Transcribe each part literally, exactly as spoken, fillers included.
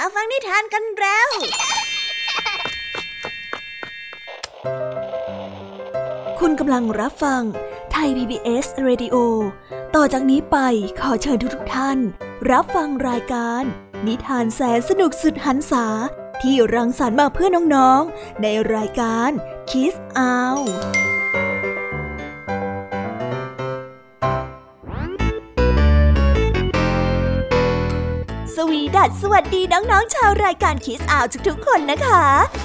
มาฟังนิทานกันแล้วคุณกำลังรับฟังไทย พี บี เอส Radio ต่อจากนี้ไปขอเชิญทุกท่านรับฟังรายการนิทานแสนสนุกสุดหรรษาที่รังสรรค์มาเพื่อน้องๆในรายการ Kids Outสวีดัสสวัสดีน้องๆชาวรายการ Kids Out ทุกๆคนนะคะ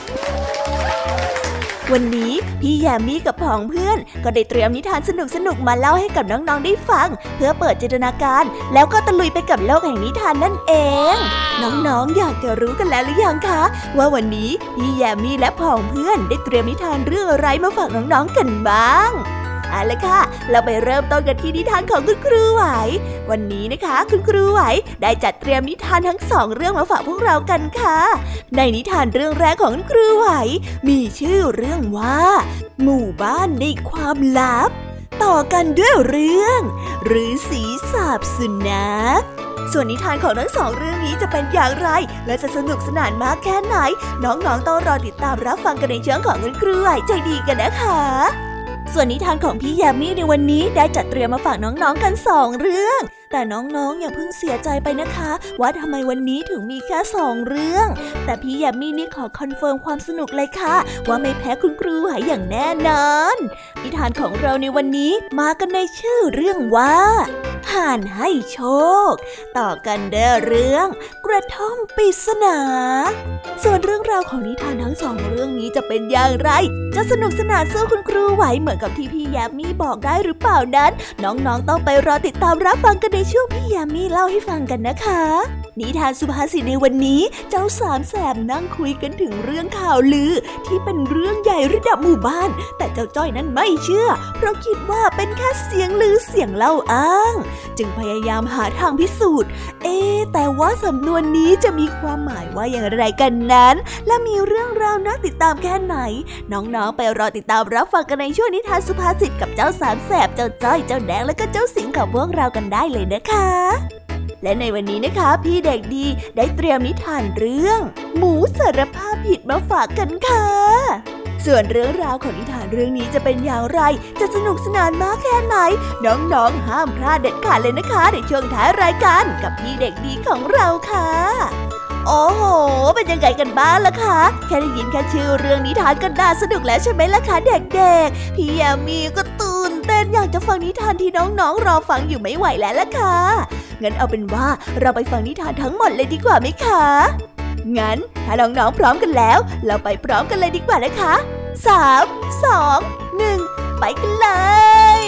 วันนี้พี่แยมมี่กับผองเพื่อนก็ได้เตรียมนิทานสนุกๆมาเล่าให้กับน้องๆได้ฟังเพื่อเปิดจินตนาการแล้วก็ตะลุยไปกับโลกแห่งนิทานนั่นเองน้องๆอยากจะรู้กันแล้วหรือยังคะว่าวันนี้พี่แยมมี่และผองเพื่อนได้เตรียมนิทานเรื่องอะไรมาฝากน้องๆกันบ้างเอาล่ะค่ะเราไปเริ่มต้นกันที่นิทานของคุณครูไหววันนี้นะคะคุณครูไหวได้จัดเตรียมนิทานทั้งสองเรื่องมาฝากพวกเรากันค่ะในนิทานเรื่องแรกของคุณครูไหวมีชื่อเรื่องว่าหมู่บ้านในความลับต่อกันด้วยเรื่องฤาษีสาปสุนัขส่วนนิทานของทั้งสองเรื่องนี้จะเป็นอย่างไรและจะสนุกสนานมากแค่ไหนน้องๆต้องรอติดตามรับฟังกันในช่วงของคุณครูไหวใจดีกันนะคะส่วนนิทานของพี่แยมมี่ในวันนี้ได้จัดเตรียมมาฝากน้องๆกันสองเรื่องแต่น้องๆอย่าเพิ่งเสียใจไปนะคะว่าทำไมวันนี้ถึงมีแค่สองเรื่องแต่พี่แยมมี่นี่ขอคอนเฟิร์มความสนุกเลยค่ะว่าไม่แพ้คุณครูไหวอย่างแน่นอนนิทานของเราในวันนี้มากันในชื่อเรื่องว่าห่านให้โชคต่อกันเด้อเรื่องกระท่อมปริศนาส่วนเรื่องราวของนิทานทั้งสองเรื่องนี้จะเป็นอย่างไรจะสนุกสนานสู้คุณครูไหวเหมือนกับที่พี่แยมมี่บอกได้หรือเปล่านั้นน้องๆต้องไปรอติดตามรับฟังกันในช่วงพี่แยมมี่เล่าให้ฟังกันนะคะนิทานสุภาษิตในวันนี้เจ้าสามแสบนั่งคุยกันถึงเรื่องข่าวลือที่เป็นเรื่องใหญ่ระดับหมู่บ้านแต่เจ้าจ้อยนั้นไม่เชื่อเพราะคิดว่าเป็นแค่เสียงลือเสียงเล่าอ้างจึงพยายามหาทางพิสูจน์เอ๊ะแต่ว่าสำนวนนี้จะมีความหมายว่าอย่างไรกันนั้นและมีเรื่องราวน่าติดตามแค่ไหนน้องๆไปรอติดตามรับฟังกันในช่วงนิทานสุภาษิตกับเจ้าสามแสบเจ้าจ้อยเจ้าแดงและก็เจ้าสิงห์ของพวกเรากันได้เลยนะคะและในวันนี้นะคะพี่เด็กดีได้เตรียมนิทานเรื่องหมูสารภาพผิดมาฝากกันค่ะส่วนเรื่องราวของนิทานเรื่องนี้จะเป็นอย่างไรจะสนุกสนานมากแค่ไหนน้องๆห้ามพลาดเด็ดขาดเลยนะคะในช่วงท้ายรายการกับพี่เด็กดีของเราค่ะโอ้โหเป็นยังไงกันบ้างล่ะคะแค่ได้ยินแค่ชื่อเรื่องนิทานก็น่าสนุกแล้วใช่ไหมล่ะคะเด็กๆพี่แยมมี่ก็ตื่นเต้นอยากจะฟังนิทานที่น้องๆรอฟังอยู่ไม่ไหวแล้วล่ะค่ะงั้นเอาเป็นว่าเราไปฟังนิทานทั้งหมดเลยดีกว่าไหมคะงั้นถ้าน้องๆพร้อมกันแล้วเราไปพร้อมกันเลยดีกว่านะคะสาม สอง หนึ่งไปกันเลย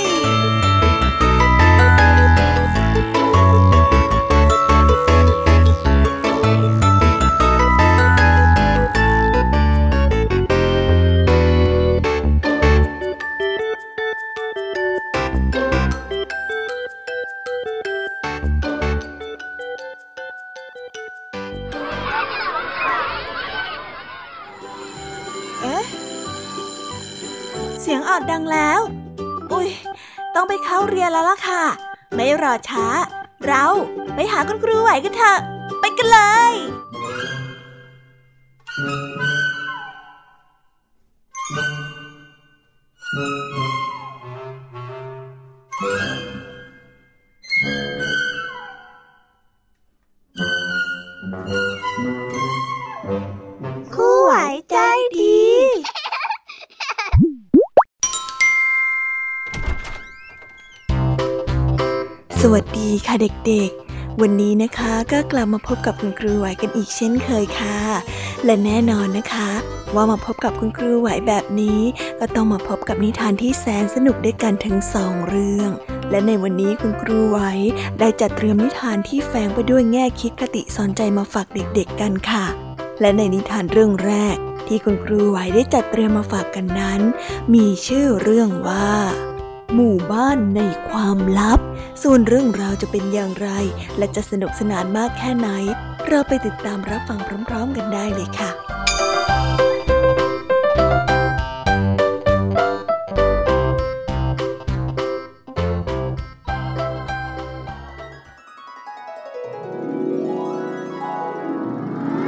เสียงออดดังแล้วอุ๊ยต้องไปเข้าเรียนแล้วล่ะค่ะไม่รอช้าเราไปหาคุณครูไหวกันเถอะไปกันเลยครูไหวใจดีสวัสดีค่ะเด็กๆวันนี้นะคะก็กลับมาพบกับคุณครูไหวกันอีกเช่นเคยค่ะและแน่นอนนะคะว่ามาพบกับคุณครูไหวแบบนี้ก็ต้องมาพบกับนิทานที่แสนสนุกด้วยกันทั้งสองเรื่องและในวันนี้คุณครูไหวได้จัดเตรียมนิทานที่แฝงไปด้วยแง่คิดคติสอนใจมาฝากเด็กๆกันค่ะและในนิทานเรื่องแรกที่คุณครูไหวได้จัดเตรียมมาฝากกันนั้นมีชื่อเรื่องว่าหมู่บ้านในความลับส่วนเรื่องราวจะเป็นอย่างไรและจะสนุกสนานมากแค่ไหนเราไปติดตามรับฟังพร้อมๆกันได้เลยค่ะณ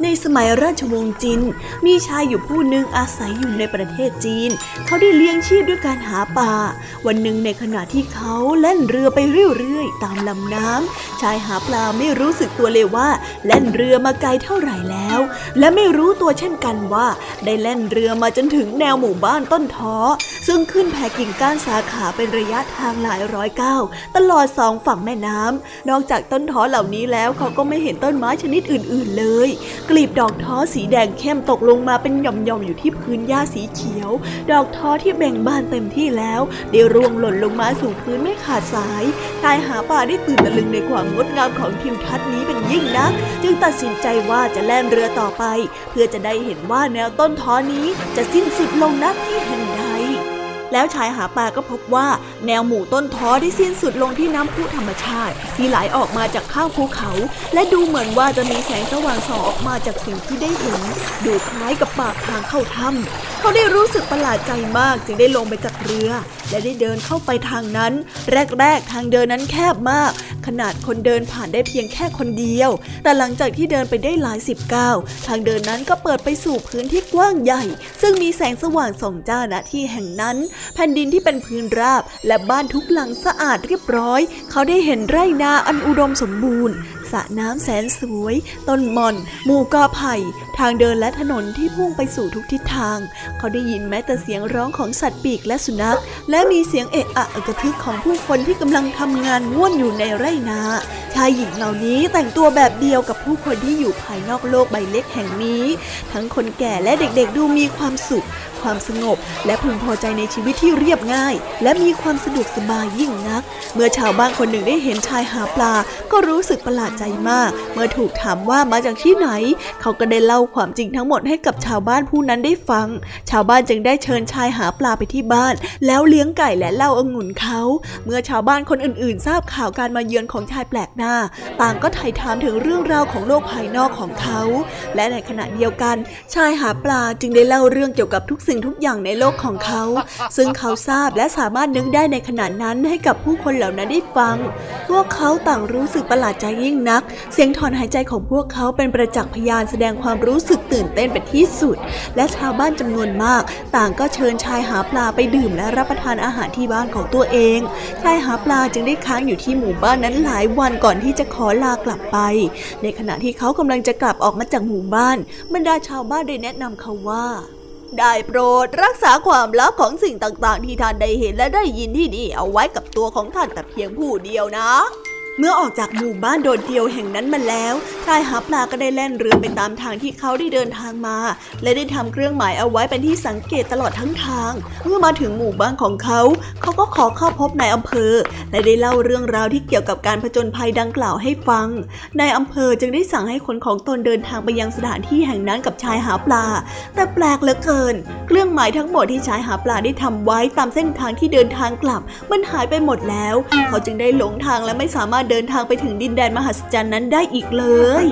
สมัยราชวงศ์จินมีชายอยู่ผู้หนึ่งอาศัยอยู่ในประเทศจีนเขาได้เลี้ยงชีพด้วยการหาปลาวันหนึ่งในขณะที่เขาแล่นเรือไปเรื่อยๆตามลำน้ำชายหาปลาไม่รู้สึกตัวเลยว่าแล่นเรือมาไกลเท่าไหร่แล้วและไม่รู้ตัวเช่นกันว่าได้แล่นเรือมาจนถึงแนวหมู่บ้านต้นท้อซึ่งขึ้นแผ่กิ่งก้านสาขาเป็นระยะทางหลายร้อยก้าวตลอดสองฝั่งแม่น้ำนอกจากต้นท้อเหล่านี้แล้วเขาก็ไม่เห็นต้นไม้ชนิดอื่นๆเลยกลีบดอกท้อสีแดงเข้มตกลงมาเป็นหย่อมๆอยู่ที่พื้นหญ้าสีเขียวดอกท้อที่เบ่งบานเต็มที่แล้วได้ร่วงหล่นลงมาสู่พื้นไม่ขาดสายชายหาปลาได้ตื่นตะลึงในความงดงามของทิวทัศน์นี้เป็นยิ่งนักจึงตัดสินใจว่าจะแล่นเรือต่อไปเพื่อจะได้เห็นว่าแนวต้นท้อนี้จะสิ้นสุดลงณที่แห่งใดแล้วชายหาปลาก็พบว่าแนวหมู่ต้นท้อได้สิ้นสุดลงที่น้ำพุธรรมชาติที่ไหลออกมาจากข้างภูเขาและดูเหมือนว่าจะมีแสงสว่างส่องออกมาจากสิ่งที่ได้เห็นดูคล้ายกับปากทางเข้าถ้ำเขาได้รู้สึกประหลาดใจมากจึงได้ลงไปจากเรือและได้เดินเข้าไปทางนั้นแรกๆทางเดินนั้นแคบมากขนาดคนเดินผ่านได้เพียงแค่คนเดียวแต่หลังจากที่เดินไปได้หลายสิบก้าวทางเดินนั้นก็เปิดไปสู่พื้นที่กว้างใหญ่ซึ่งมีแสงสว่างส่องจ้าณที่แห่งนั้นแผ่นดินที่เป็นพื้นราบและบ้านทุกหลังสะอาดเรียบร้อยเขาได้เห็นไร่นาอันอุดมสมบูรณ์สระน้ำแสนสวยต้นม่อนหมู่กอไผ่ทางเดินและถนนที่พุ่งไปสู่ทุกทิศทางเขาได้ยินแม้แต่เสียงร้องของสัตว์ปีกและสุนัขและมีเสียงเอะอะกระทึกของผู้คนที่กำลังทำงานง่วนอยู่ในไร่นาชายหญิงเหล่านี้แต่งตัวแบบเดียวกับผู้คนที่อยู่ภายนอกโลกใบเล็กแห่งนี้ทั้งคนแก่และเด็กๆดูมีความสุขความสงบและพึงพอใจในชีวิตที่เรียบง่ายและมีความสะดวกสบายยิ่งนักเมื่อชาวบ้านคนหนึ่งได้เห็นชายหาปลาก็รู้สึกประหลาดใจมากเมื่อถูกถามว่ามาจากที่ไหนเขาก็ได้เล่าความจริงทั้งหมดให้กับชาวบ้านผู้นั้นได้ฟังชาวบ้านจึงได้เชิญชายหาปลาไปที่บ้านแล้วเลี้ยงไก่และเหล้าองุ่นเขาเมื่อชาวบ้านคนอื่นๆทราบข่าวการมาเยือนของชายแปลกหน้าต่างก็ไถ่ถามถึงเรื่องราวของโลกภายนอกของเขาและในขณะเดียวกันชายหาปลาจึงได้เล่าเรื่องเกี่ยวกับทุกสิ่งทุกอย่างในโลกของเขาซึ่งเขาทราบและสามารถนึกได้ในขณะนั้นให้กับผู้คนเหล่านั้นได้ฟังพวกเขาต่างรู้สึกประหลาดใจยิ่งนักเสียงถอนหายใจของพวกเขาเป็นประจักษ์พยานแสดงความรู้สึกตื่นเต้นเป็นที่สุดและชาวบ้านจำนวนมากต่างก็เชิญชายหาปลาไปดื่มและรับประทานอาหารที่บ้านของตัวเองชายหาปลาจึงได้ค้างอยู่ที่หมู่บ้านนั้นหลายวันก่อนที่จะขอลากลับไปในขณะที่เขากำลังจะกลับออกมาจากหมู่บ้านบรรดาชาวบ้านได้แนะนำเขาว่าได้โปรดรักษาความลับของสิ่งต่างๆที่ท่านได้เห็นและได้ยินที่นี่เอาไว้กับตัวของท่านแต่เพียงผู้เดียวนะเมื่อออกจากหมู่บ้านโดดเดี่ยวแห่งนั้นมาแล้วชายหาปลาก็ได้แล่นเรือไปตามทางที่เขาได้เดินทางมาและได้ทำเครื่องหมายเอาไว้เป็นที่สังเกตตลอดทั้งทางเมื่อมาถึงหมู่บ้านของเขาเขาก็ขอเข้าพบนายอำเภอและได้เล่าเรื่องราวที่เกี่ยวกับการผจญภัยดังกล่าวให้ฟังนายอำเภอจึงได้สั่งให้คนของตนเดินทางไปยังสถานที่แห่งนั้นกับชายหาปลาแต่แปลกเหลือเกินเครื่องหมายทั้งหมดที่ชายหาปลาได้ทำไว้ตามเส้นทางที่เดินทางกลับมันหายไปหมดแล้วเขาจึงได้หลงทางและไม่สามารถเดินทางไปถึงดินแดนมหัศจรรย์นั้นได้อีกเลย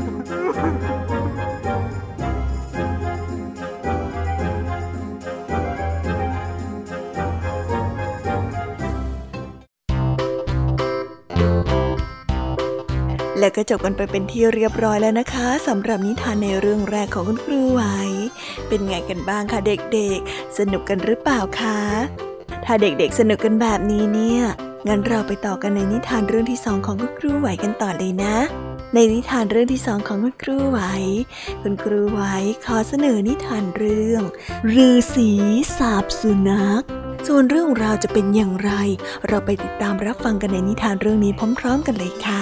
และก็จบกันไปเป็นที่เรียบร้อยแล้วนะคะสำหรับนิทานในเรื่องแรกของคุณครูไหวเป็นไงกันบ้างคะเด็กๆสนุกกันหรือเปล่าคะถ้าเด็กๆสนุกกันแบบนี้เนี่ยงั้นเราไปต่อกันในนิทานเรื่องที่สองของคุณครูไหวกันต่อเลยนะในนิทานเรื่องที่สองของคุณครูไหวคุณครูไหวขอเสนอนิทานเรื่องฤาษีสาปสุนัขส่วนเรื่องราวจะเป็นอย่างไรเราไปติดตามรับฟังกันในนิทานเรื่องนี้พร้อมๆกันเลยค่ะ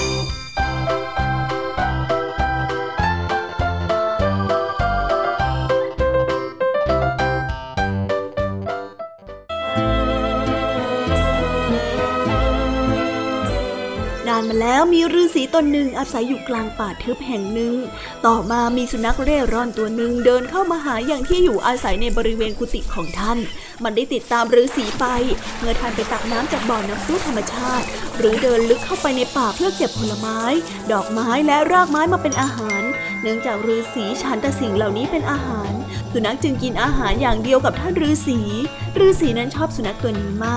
มาแล้วมีฤาษีตนหนึ่งอาศัยอยู่กลางป่าทึบแห่งหนึ่งต่อมามีสุนัขเร่ร่อนตัวหนึ่งเดินเข้ามาหาอย่างที่อยู่อาศัยในบริเวณกุฏิของท่านมันได้ติดตามฤาษีไปเมื่อท่านไปตักน้ำจากบ่อน้ำพุธรรมชาติหรือเดินลึกเข้าไปในป่าเพื่อเก็บผลไม้ดอกไม้และรากไม้มาเป็นอาหารเนื่องจากฤาษีฉันแต่สิ่งเหล่านี้เป็นอาหารสุนัขจึงกินอาหารอย่างเดียวกับท่านฤาษีฤาษีนั้นชอบสุนัขตัวนี้มาก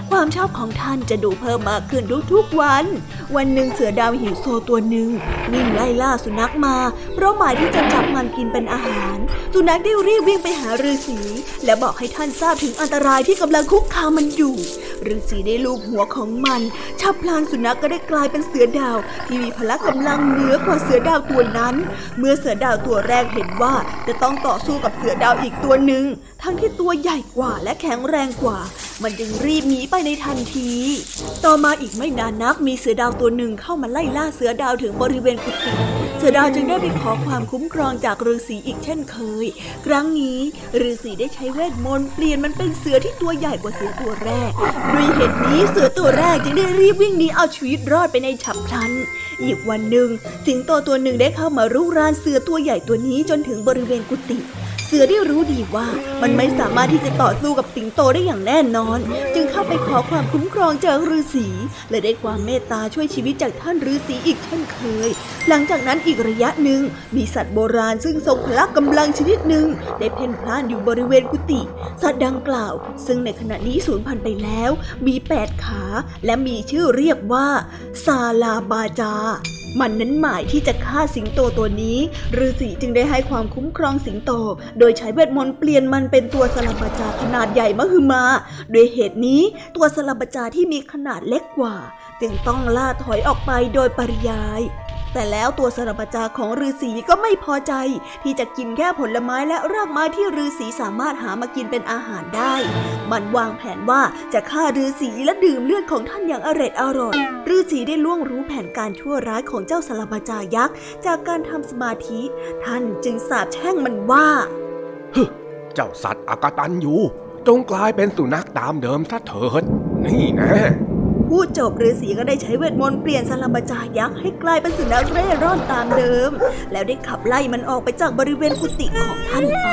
ความชอบของท่านจะดูเพิ่มมากขึ้นทุกๆวันวันหนึ่งเสือดาวหิวโซตัวหนึ่งวิ่งไล่ล่าสุนัขมาเพราะหมายที่จะจับมันกินเป็นอาหารสุนัขได้รีบวิ่งไปหาฤาษีและบอกให้ท่านทราบถึงอันตรายที่กำลังคุกคามมันอยู่ฤาษีได้ลูบหัวของมันฉับพลันสุนัขก็ได้กลายเป็นเสือดาวที่มีพละกำลังเหนือกว่าเสือดาวตัวนั้นเมื่อเสือดาวตัวแรกเห็นว่าจะต้องต่อสู้กับเสือดาวอีกตัวหนึ่งทั้งที่ตัวใหญ่กว่าและแข็งแรงกว่ามันจึงรีบหนีไปในทันทีต่อมาอีกไม่นานนักมีเสือดาวตัวหนึ่งเข้ามาไล่ล่าเสือดาวถึงบริเวณกุฏิเสือดาวจึงได้ไปขอความคุ้มครองจากฤาษีอีกเช่นเคยครั้งนี้ฤาษีได้ใช้เวทมนต์เปลี่ยนมันเป็นเสือที่ตัวใหญ่กว่าเสือตัวแรกด้วยเหตุนี้เสือตัวแรกจึงได้รีบวิ่งหนีเอาชีวิตรอดไปในฉับพลันอีกวันหนึ่งสิงโตตัวหนึ่งได้เข้ามารุกรานเสือตัวใหญ่ตัวนี้จนถึงบริเวณกุฏิเสือได้รู้ดีว่ามันไม่สามารถที่จะต่อสู้กับสิงโตได้อย่างแน่นอนจึงเข้าไปขอความคุ้มครองจากฤาษีและได้ความเมตตาช่วยชีวิตจากท่านฤาษีอีกเช่นเคยหลังจากนั้นอีกระยะหนึ่งมีสัตว์โบราณซึ่งทรงพละกำลังชนิดหนึ่งได้เพ่นพ่านอยู่บริเวณกุฏิสัตว์ดังกล่าวซึ่งในขณะนี้สูญพันธุ์ไปแล้วมีแปดขาและมีชื่อเรียกว่าซาลาบาจามันนั้นหมายที่จะฆ่าสิงโตตัวนี้ฤาษีจึงได้ให้ความคุ้มครองสิงโตโดยใช้เวทมนต์เปลี่ยนมันเป็นตัวสลับบาจาขนาดใหญ่มหึมาด้วยเหตุนี้ตัวสลับบาจาที่มีขนาดเล็กกว่าจึงต้องล่าถอยออกไปโดยปริยายแต่แล้วตัวสลับบาจาของฤาษีก็ไม่พอใจที่จะกินแค่ผลไม้และรากไม้ที่ฤาษีสามารถหามากินเป็นอาหารได้มันวางแผนว่าจะฆ่าฤาษีและดื่มเลือดของท่านอย่างอร็ดอร่อยฤาษีได้ล่วงรู้แผนการชั่วร้ายของเจ้าสลับบาจายักษ์จากการทำสมาธิท่านจึงสาปแช่งมันว่าฮึเจ้าสัตว์อกตัญญูจงกลายเป็นสุนัขตามเดิมซะเถิดนี่นะพูดจบฤาษีก็ได้ใช้เวทมนต์เปลี่ยนสลับบาจายักษ์ให้กลายเป็นสุนัขเร่ร่อนตามเดิมแล้วได้ขับไล่มันออกไปจากบริเวณกุฏิของท่านไป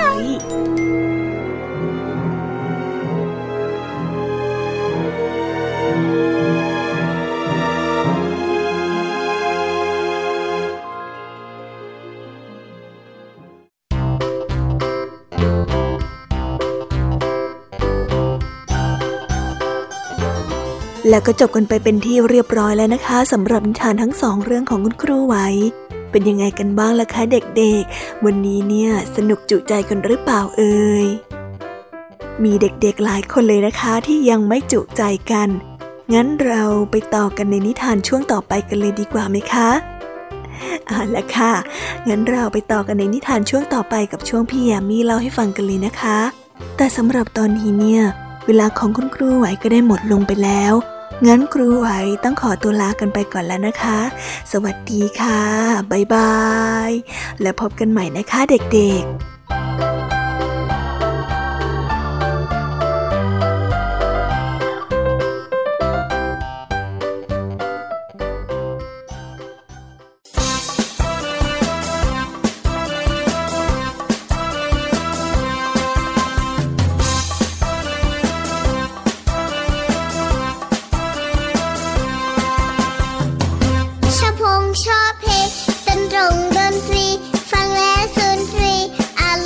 แล้วก็จบกันไปเป็นที่เรียบร้อยแล้วนะคะสำหรับนิทานทั้งสองเรื่องของคุณครูไหวเป็นยังไงกันบ้างล่ะคะเด็กๆวันนี้เนี่ยสนุกจุใจกันหรือเปล่าเอ่ยมีเด็กๆหลายคนเลยนะคะที่ยังไม่จุใจกันงั้นเราไปต่อกันในนิทานช่วงต่อไปกันเลยดีกว่าไหมคะเอาล่ะค่ะงั้นเราไปต่อกันในนิทานช่วงต่อไปกับช่วงพี่แยมมี่เล่าให้ฟังกันเลยนะคะแต่สำหรับตอนนี้เนี่ยเวลาของคุณครูไหวก็ได้หมดลงไปแล้วงั้นครูไหวต้องขอตัวลากันไปก่อนแล้วนะคะสวัสดีค่ะบ๊ายบายแล้วพบกันใหม่นะคะเด็กๆชอบเพลงเต้นตรงดนตรีฟังแล้วสุนทรีอาร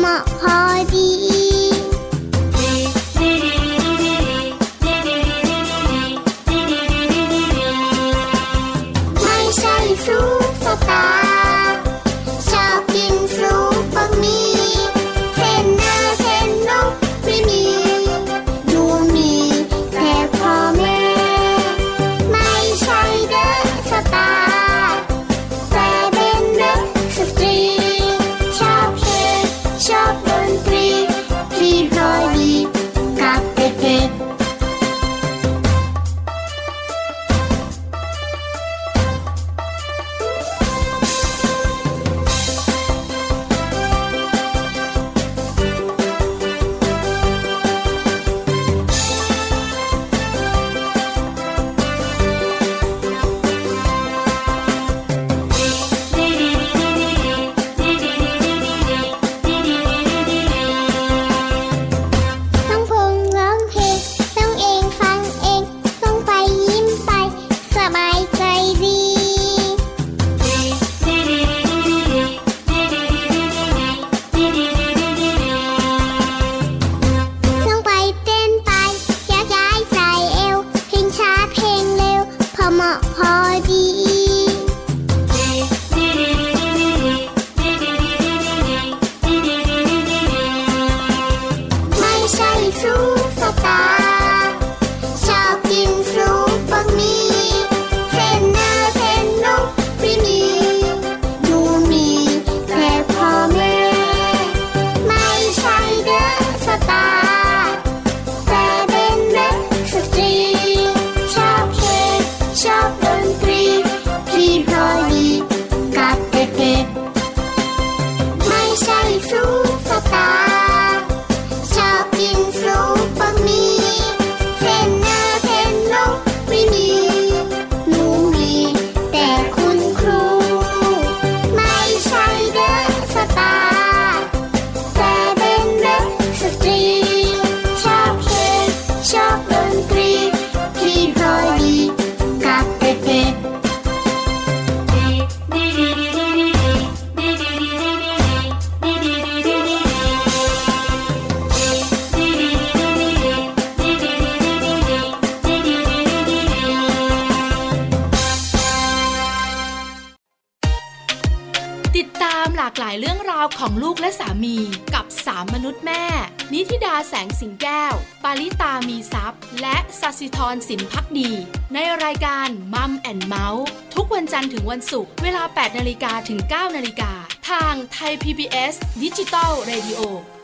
เหมาะพอดีไม่ใช่ซุปสตาร์ชอบกินซุปบะหมี่เส้นหน้าเส้นนกไม่มีดูมีแต่พ่อแม่ไม่ใช่เด็กสตาร์แต่เป็นเด็กสตรีชอบเพลงชอบดนตรีที่พอดีกับเด็กๆของลูกและสามีกับสามมนุษย์แม่นิธิดาแสงสิงแก้วปาริตามีทรัพย์และสัสิธรสินภักดีในรายการมัมแอนด์เมาส์ทุกวันจันทร์ถึงวันศุกร์เวลา แปดนาฬิกา ถึง เก้านาฬิกา ทางไทย พี บี เอส Digital Radio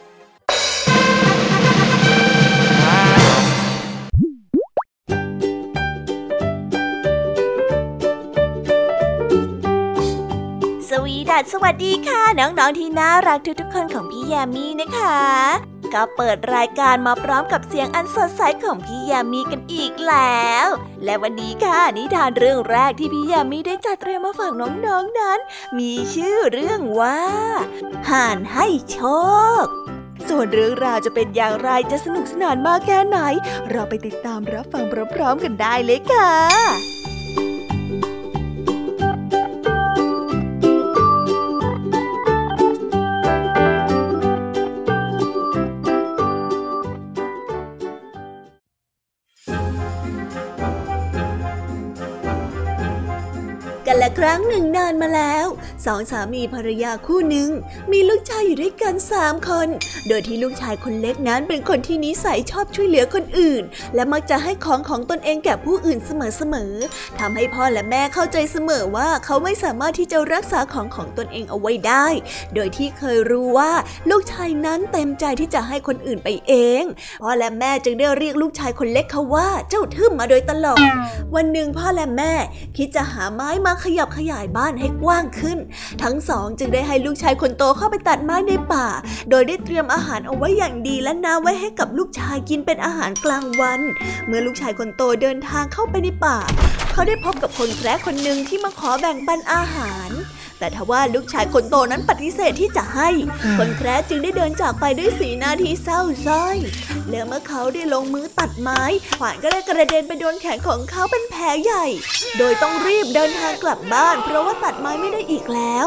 สวีดัสสวัสดีค่ะน้องๆที่น่ารักทุกๆคนของพี่ยามีนะคะก็เปิดรายการมาพร้อมกับเสียงอันสดใสของพี่ยามีกันอีกแล้วและวันนี้ค่ะนิทานเรื่องแรกที่พี่ยามีได้จัดเตรียมมาฝากน้องๆนั้นมีชื่อเรื่องว่าห่านให้โชคส่วนเรื่องราวจะเป็นอย่างไรจะสนุกสนานมากแค่ไหนเราไปติดตามรับฟังพร้อมๆกันได้เลยค่ะ กันละครั้งหนึ่งนานมาแล้วสองสามีภรรยาคู่หนึ่งมีลูกชายอยู่ด้วยกันสามคนโดยที่ลูกชายคนเล็กนั้นเป็นคนที่นิสัยชอบช่วยเหลือคนอื่นและมักจะให้ของของตนเองแก่ผู้อื่นเสมอๆทำให้พ่อและแม่เข้าใจเสมอว่าเขาไม่สามารถที่จะรักษาของของตนเองเอาไว้ได้โดยที่เคยรู้ว่าลูกชายนั้นเต็มใจที่จะให้คนอื่นไปเองพ่อและแม่จึงได้เรียกลูกชายคนเล็กเขาว่าเจ้าทึ่มมาโดยตลอดวันหนึ่งพ่อและแม่คิดจะหาไม้มาขยับขยายบ้านให้กว้างขึ้นทั้งสองจึงได้ให้ลูกชายคนโตเข้าไปตัดไม้ในป่าโดยได้เตรียมอาหารเอาไว้อย่างดีและน้ำไว้ให้กับลูกชายกินเป็นอาหารกลางวันเมื่อลูกชายคนโตเดินทางเข้าไปในป่าเขาได้พบกับคนแคระคนหนึ่งที่มาขอแบ่งปันอาหารแต่ทว่าลูกชายคนโตนั้นปฏิเสธที่จะให้คนแคระจึงได้เดินจากไปด้วยสีหน้าที่เศร้าส้อยแล้วเมื่อเขาได้ลงมือตัดไม้ขวานก็ได้กระเด็นไปโดนแขนของเขาเป็นแผลใหญ่โดยต้องรีบเดินทางกลับบ้านเพราะว่าตัดไม้ไม่ได้อีกแล้ว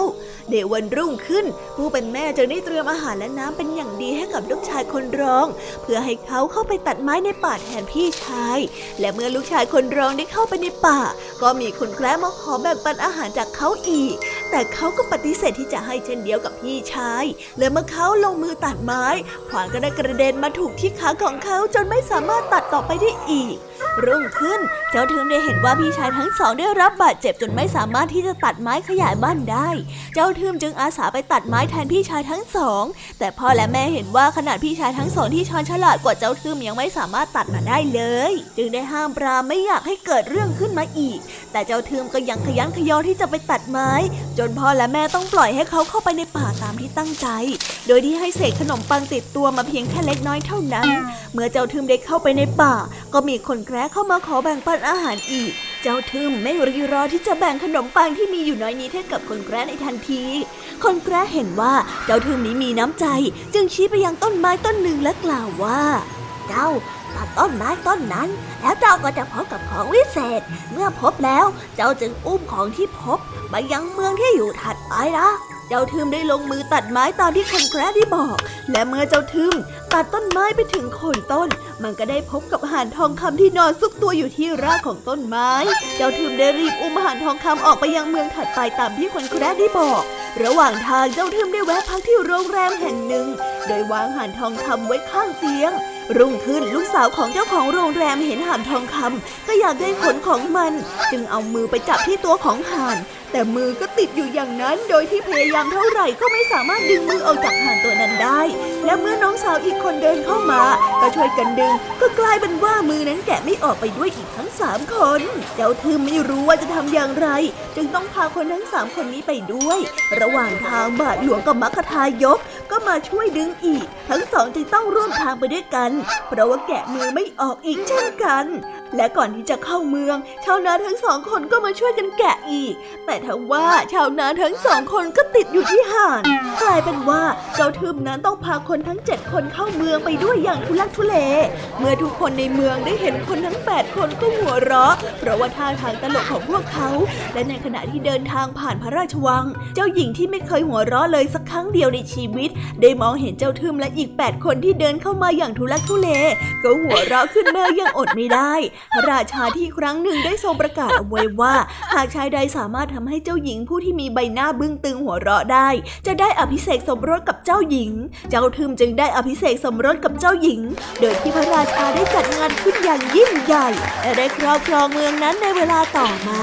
ในวันรุ่งขึ้นผู้เป็นแม่จึงได้เตรียมอาหารและน้ำเป็นอย่างดีให้กับลูกชายคนรองเพื่อให้เขาเข้าไปตัดไม้ในป่าแทนพี่ชายและเมื่อลูกชายคนรองได้เข้าไปในป่าก็มีคนแคร์มาขอแบ่งปันอาหารจากเขาอีกแต่เขาก็ปฏิเสธที่จะให้เช่นเดียวกับพี่ชายและเมื่อเขาลงมือตัดไม้ขวานก็ได้กระเด็นมาถูกที่ขาของเขาจนไม่สามารถตัดต่อไปได้อีกรุ่งขึ้นเจ้าทึมได้เห็นว่าพี่ชายทั้งสองได้รับบาดเจ็บจนไม่สามารถที่จะตัดไม้ขยายบ้านได้เจ้าทึมจึงอาสาไปตัดไม้แทนพี่ชายทั้งสองแต่พ่อและแม่เห็นว่าขนาดพี่ชายทั้งสองที่ชาญฉลาดกว่าเจ้าทึมยังไม่สามารถตัดมาได้เลยจึงได้ห้ามปรามไม่อยากให้เกิดเรื่องขึ้นมาอีกแต่เจ้าทึมก็ยังขยันขยอที่จะไปตัดไม้จนพ่อและแม่ต้องปล่อยให้เขาเข้าไปในป่าตามที่ตั้งใจโดยที่ให้เศษขนมปังติดตัวมาเพียงแค่เล็กน้อยเท่านั้นเมื่อเจ้าทึมได้เข้าไปในป่าก็มีคนแคร์เข้ามาขอแบ่งปันอาหารอีกเจ้าทึมไม่รีรอที่จะแบ่งขนมปังที่มีอยู่น้อยนิดให้กับคนแคร์ในทันทีคนแคร์เห็นว่าเจ้าทึมนี้มีน้ำใจจึงชี้ไปยังต้นไม้ต้นหนึ่งและกล่าวว่าเจ้าตัดต้นไม้ต้นนั้นแล้วเจ้าก็จะพบกับของวิเศษเมื่อพบแล้วเจ้าจึงอุ้มของที่พบไปยังเมืองที่อยู่ถัดไปนะเจ้าทึมได้ลงมือตัดไม้ตามที่คนแคร์ได้บอกและเมื่อเจ้าทึมตัดต้นไม้ไปถึงโคนต้นมันก็ได้พบกับห่านทองคำที่นอนซุกตัวอยู่ที่รากของต้นไม้เจ้าทึมได้รีบอุ้มห่านทองคำออกไปยังเมืองถัดไปตามที่คนแคร์ได้บอกระหว่างทางเจ้าทึมได้แวะพักที่โรงแรมแห่งหนึ่งโดยวางห่านทองคำไว้ข้างเตียงรุ่งขึ้นลูกสาวของเจ้าของโรงแรมเห็นห่านทองคำก็อยากได้ขนของมันจึงเอามือไปจับที่ตัวของห่านแต่มือก็ติดอยู่อย่างนั้นโดยที่พยายามเท่าไหร่ก็ไม่สามารถดึงมือออกจากห่านตัวนั้นได้และเมื่อน้องสาวอีกคนเดินเข้ามาก็ช่วยกันดึงก็กลายเป็นว่ามือนั้นแกะไม่ออกไปด้วยอีกทั้งสามคนเจ้าทึมไม่รู้ว่าจะทำอย่างไรจึงต้องพาคนทั้งสามคนนี้ไปด้วยระหว่างทางบาทหลวงกับมัคคทายกก็มาช่วยดึงอีกทั้งสองจึงต้องร่วมทางไปด้วยกันเพราะว่าแกะมือไม่ออกอีกเช่นกันและก่อนที่จะเข้าเมืองชาวนาทั้งสองคนก็มาช่วยกันแกะอีกแต่ทว่าชาวนาทั้งสองคนก็ติดอยู่ที่ห่านกลายเป็นว่าเจ้าทึมนั้นต้องพาคนทั้งเจ็ดคนเข้าเมืองไปด้วยอย่างทุลักทุเลเมื่อทุกคนในเมืองได้เห็นคนทั้งแปดคนก็หัวเราะเพราะว่าท่าทางตลกของพวกเขาและในขณะที่เดินทางผ่านพระราชวังเจ้าหญิงที่ไม่เคยหัวเราะเลยสักครั้งเดียวในชีวิตได้มองเห็นเจ้าทึมและอีกแปดคนที่เดินเข้ามาอย่างทุลักทุเลก็หัวเราะขึ้นมาอย่างอดไม่ได้พระราชาที่ครั้งหนึ่งได้ทรงประกาศเอาไว้ว่าหากชายใดสามารถทำให้เจ้าหญิงผู้ที่มีใบหน้าบึ้งตึงหัวเราะได้จะได้อภิเษกสมรสกับเจ้าหญิงเจ้าทึมจึงได้อภิเษกสมรสกับเจ้าหญิงโดยที่พระราชาได้จัดงานขึ้นอย่างยิ่งใหญ่และได้ครอบครองเมืองนั้นในเวลาต่อมา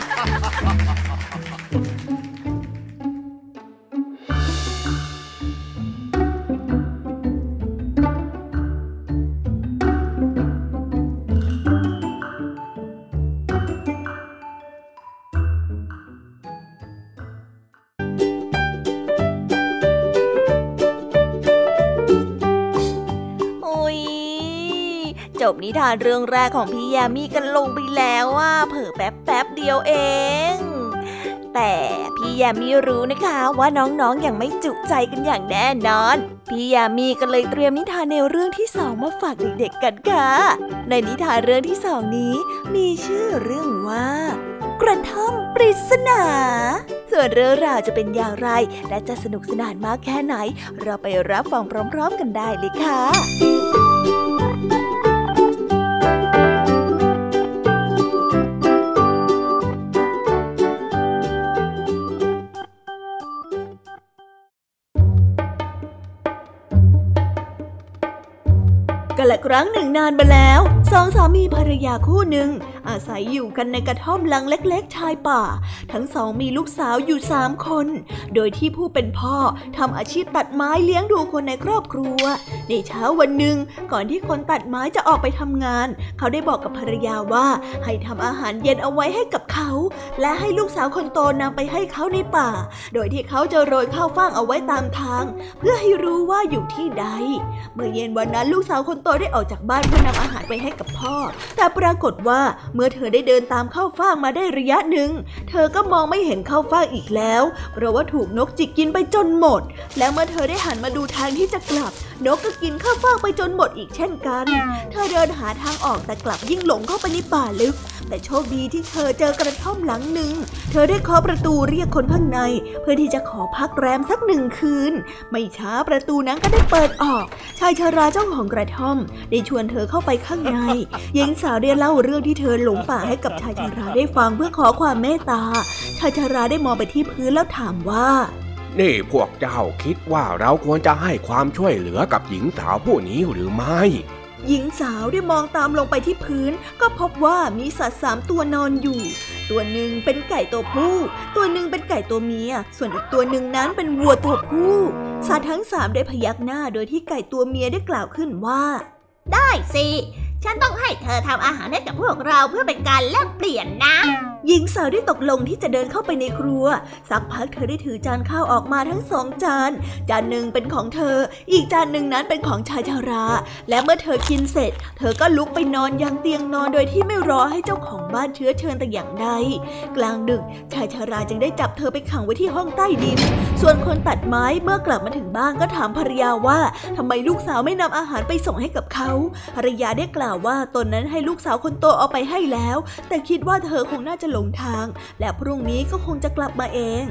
จบนิทานเรื่องแรกของพี่ยามีกันลงไปแล้วว่าเผลอแป๊บแป๊บเดียวเองแต่พี่ยามีรู้นะคะว่าน้องๆยังไม่จุใจกันอย่างแน่นอนพี่ยามีก็เลยเตรียมนิทานแนวเรื่องที่สองมาฝากเด็กๆกันค่ะในนิทานเรื่องที่สองนี้มีชื่อเรื่องว่ากระท่อมปริศนาส่วนเรื่องราวจะเป็นอย่างไรและจะสนุกสนานมากแค่ไหนเราไปรับฟังพร้อมๆกันได้เลยค่ะกาลครั้งหนึ่งนานมาแล้วสองสามีภรรยาคู่หนึ่งอาศัยอยู่กันในกระท่อมหลังเล็กๆชายป่าทั้งสองมีลูกสาวอยู่สามคนโดยที่ผู้เป็นพ่อทำอาชีพตัดไม้เลี้ยงดูคนในครอบครัวในเช้าวันหนึ่งก่อนที่คนตัดไม้จะออกไปทำงานเขาได้บอกกับภรรยาว่าให้ทำอาหารเย็นเอาไว้ให้กับเขาและให้ลูกสาวคนโตนำไปให้เขาในป่าโดยที่เขาจะโรยข้าวฟ่างเอาไว้ตามทางเพื่อให้รู้ว่าอยู่ที่ใดเมื่อเย็นวันนั้นลูกสาวคนโตได้ออกจากบ้านเพื่อนำอาหารไปให้กับพ่อแต่ปรากฏว่าเมื่อเธอได้เดินตามข้าวฟ่างมาได้ระยะหนึ่งเธอก็มองไม่เห็นข้าวฟ่างอีกแล้วเพราะว่าถูกนกจิกกินไปจนหมดแล้วเมื่อเธอได้หันมาดูทางที่จะกลับนกก็กินข้าวฟ่างไปจนหมดอีกเช่นกันเธอเดินหาทางออกแต่กลับยิ่งหลงเข้าไปในป่าลึกแต่โชคดีที่เธอเจอกระท่อมหลังหนึ่งเธอได้เคาะประตูเรียกคนข้างในเพื่อที่จะขอพักแรมสักหนึ่งคืนไม่ช้าประตูนั้นก็ได้เปิดออกชายชราเจ้าของกระท่อมได้ชวนเธอเข้าไปข้างในหญิงสาวได้เล่าเรื่องที่เธอหลงป่าให้กับชายชราได้ฟังเพื่อขอความเมตตาชายชราได้มองไปที่พื้นแล้วถามว่านี่พวกเจ้าคิดว่าเราควรจะให้ความช่วยเหลือกับหญิงสาวผู้นี้หรือไม่หญิงสาวได้มองตามลงไปที่พื้นก็พบว่ามีสัตว์สามตัวนอนอยู่ตัวหนึ่งเป็นไก่ตัวผู้ตัวหนึ่งเป็นไก่ตัวเมียส่วนอีกตัวหนึ่งนั้นเป็นวัวตัวผู้สัตว์ทั้งสามได้พยักหน้าโดยที่ไก่ตัวเมียได้กล่าวขึ้นว่าได้สิฉันต้องให้เธอทำอาหารให้กับพวกเราเพื่อเป็นการแลกเปลี่ยนนะหญิงสาวได้ตกลงที่จะเดินเข้าไปในครัวสักพักเธอได้ถือจานข้าวออกมาทั้งสองจานจานหนึ่งเป็นของเธออีกจานหนึ่งนั้นเป็นของชายชราและเมื่อเธอกินเสร็จเธอก็ลุกไปนอนยังเตียงนอนโดยที่ไม่รอให้เจ้าของบ้านเชื้อเชิญแต่อย่างใดกลางดึกชายชราจึงได้จับเธอไปขังไว้ที่ห้องใต้ดินส่วนคนตัดไม้เมื่อกลับมาถึงบ้านก็ถามภรรยาว่าทำไมลูกสาวไม่นำอาหารไปส่งให้กับเขาภรรยาได้กล่าวว่าตนนั้นให้ลูกสาวคนโตเอาไปให้แล้วแต่คิดว่าเธอคงน่าจะหลงทางและพรุ่งนี้ก็คงจะกลับมาเอง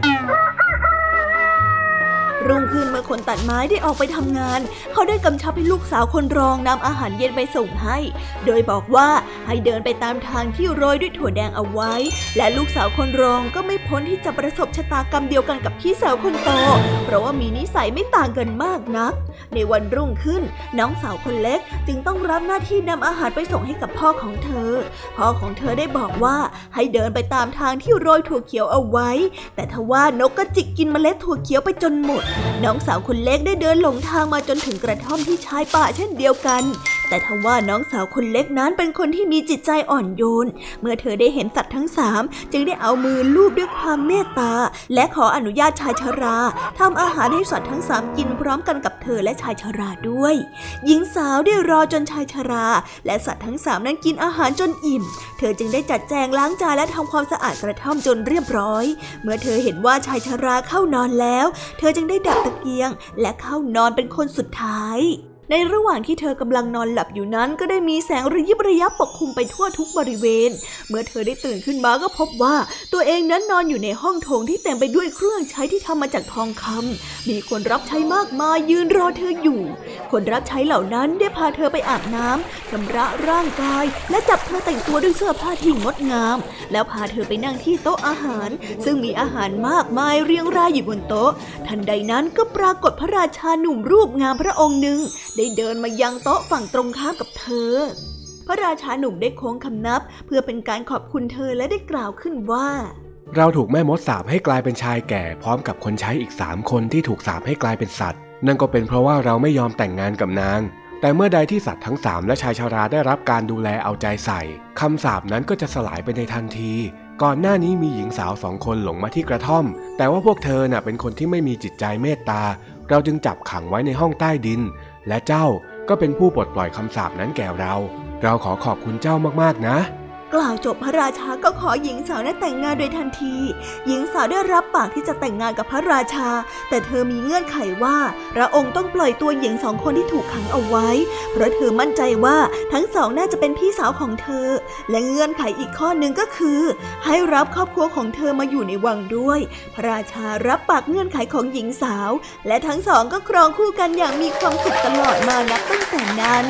รุ่งขึ้นเมื่อคนตัดไม้ได้ออกไปทำงานเขาได้กำชับให้ลูกสาวคนรองนำอาหารเย็นไปส่งให้โดยบอกว่าให้เดินไปตามทางที่โรยด้วยถั่วแดงเอาไว้และลูกสาวคนรองก็ไม่พ้นที่จะประสบชะตากรรมเดียวกันกับพี่สาวคนโตเพราะว่ามีนิสัยไม่ต่างกันมากนักในวันรุ่งขึ้นน้องสาวคนเล็กจึงต้องรับหน้าที่นำอาหารไปส่งให้กับพ่อของเธอพ่อของเธอได้บอกว่าให้เดินไปตามทางที่โรยถั่วเขียวเอาไว้แต่ทว่านกก็จิกกินเมล็ดถั่วเขียวไปจนหมดน้องสาวคนเล็กได้เดินหลงทางมาจนถึงกระท่อมที่ชายป่าเช่นเดียวกันแต่ทว่าน้องสาวคนเล็กนั้นเป็นคนที่มีจิตใจอ่อนโยนเมื่อเธอได้เห็นสัตว์ทั้งสามจึงได้เอามือลูบด้วยความเมตตาและขออนุญาตชายชราทำอาหารให้สัตว์ทั้งสามกินพร้อมกันกับเธอและชายชราด้วยหญิงสาวได้รอจนชายชราและสัตว์ทั้งสามนั้นกินอาหารจนอิ่มเธอจึงได้จัดแจงล้างจานและทำความสะอาดกระท่อมจนเรียบร้อยเมื่อเธอเห็นว่าชายชราเข้านอนแล้วเธอจึงได้ดับตะเกียงและเข้านอนเป็นคนสุดท้ายในระหว่างที่เธอกำลังนอนหลับอยู่นั้นก็ได้มีแสงระยิบระยับปกคลุมไปทั่วทุกบริเวณเมื่อเธอได้ตื่นขึ้นมาก็พบว่าตัวเองนั้นนอนอยู่ในห้องโถงที่เต็มไปด้วยเครื่องใช้ที่ทำมาจากทองคำมีคนรับใช้มากมายยืนรอเธออยู่คนรับใช้เหล่านั้นได้พาเธอไปอาบน้ำชำระร่างกายและจับเธอแต่งตัวด้วยเสื้อผ้าที่งดงามแล้วพาเธอไปนั่งที่โต๊ะอาหารซึ่งมีอาหารมากมายเรียงรายอยู่บนโต๊ะทันใดนั้นก็ปรากฏพระราชาหนุ่มรูปงามพระองค์หนึ่งได้เดินมายังโต๊ะฝั่งตรงข้ามกับเธอพระราชาหนุ่มได้โค้งคำนับเพื่อเป็นการขอบคุณเธอและได้กล่าวขึ้นว่าเราถูกแม่มดสาปให้กลายเป็นชายแก่พร้อมกับคนใช้อีกสามคนที่ถูกสาปให้กลายเป็นสัตว์นั่นก็เป็นเพราะว่าเราไม่ยอมแต่งงานกับนางแต่เมื่อใดที่สัตว์ทั้งสามและชายชราได้รับการดูแลเอาใจใส่คำสาปนั้นก็จะสลายไปในทันทีก่อนหน้านี้มีหญิงสาวสองคนหลงมาที่กระท่อมแต่ว่าพวกเธอน่ะเป็นคนที่ไม่มีจิตใจเมตตาเราจึงจับขังไว้ในห้องใต้ดินและเจ้าก็เป็นผู้ปลดปล่อยคำสาปนั้นแก่เราเราขอขอบคุณเจ้ามากๆนะกล่าวจบพระราชาก็ขอหญิงสาวนั้นแต่งงานโดยทันทีหญิงสาวได้รับปากที่จะแต่งงานกับพระราชาแต่เธอมีเงื่อนไขว่าพระองค์ต้องปล่อยตัวหญิงสองคนที่ถูกขังเอาไว้เพราะเธอมั่นใจว่าทั้งสองน่าจะเป็นพี่สาวของเธอและเงื่อนไขอีกข้อหนึ่งก็คือให้รับครอบครัวของเธอมาอยู่ในวังด้วยพระราชารับปากเงื่อนไขของหญิงสาวและทั้งสองก็ครองคู่กันอย่างมีความสุขตลอดมานับตั้งแต่นั้น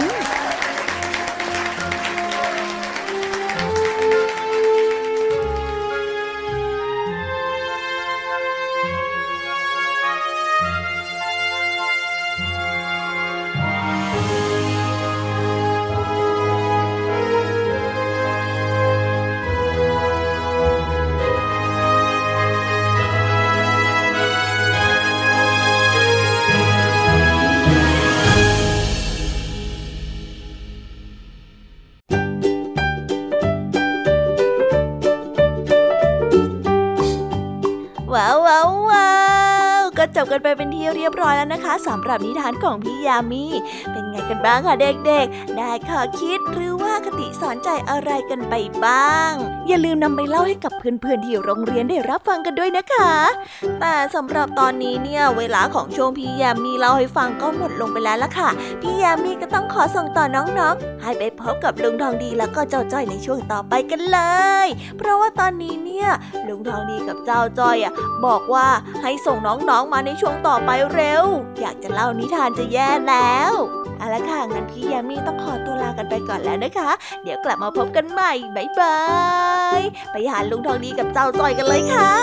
ที่เรียบร้อยแล้วนะคะสำหรับนิทานของพี่ยามีเป็นไงกันบ้างคะเด็กๆได้ข้อคิดหรือว่าคติสอนใจอะไรกันไปบ้างอย่าลืมนำไปเล่าให้กับเพื่อนๆที่โรงเรียนได้รับฟังกันด้วยนะคะแต่สำหรับตอนนี้เนี่ยเวลาของช่วงพี่ยามีเล่าให้ฟังก็หมดลงไปแล้วล่ะค่ะพี่ยามีก็ต้องขอส่งต่อน้องๆให้ไปพบกับลุงทองดีแล้วก็เจ้าจ้อยในช่วงต่อไปกันเลยเพราะว่าตอนนี้เนี่ยลุงทองดีกับเจ้าจ้อยอ่ะบอกว่าให้ส่งน้องๆมาในช่วงต่อไปเร็วอยากจะเล่านิทานจะแย่แล้วเอาละค่ะงั้นพี่ยามีต้องขอตัวลากันไปก่อนแล้วนะคะเดี๋ยวกลับมาพบกันใหม่บ๊ายบายไปหาลุงทองดีกับเจ้าจ้อยกันเลยค่ะ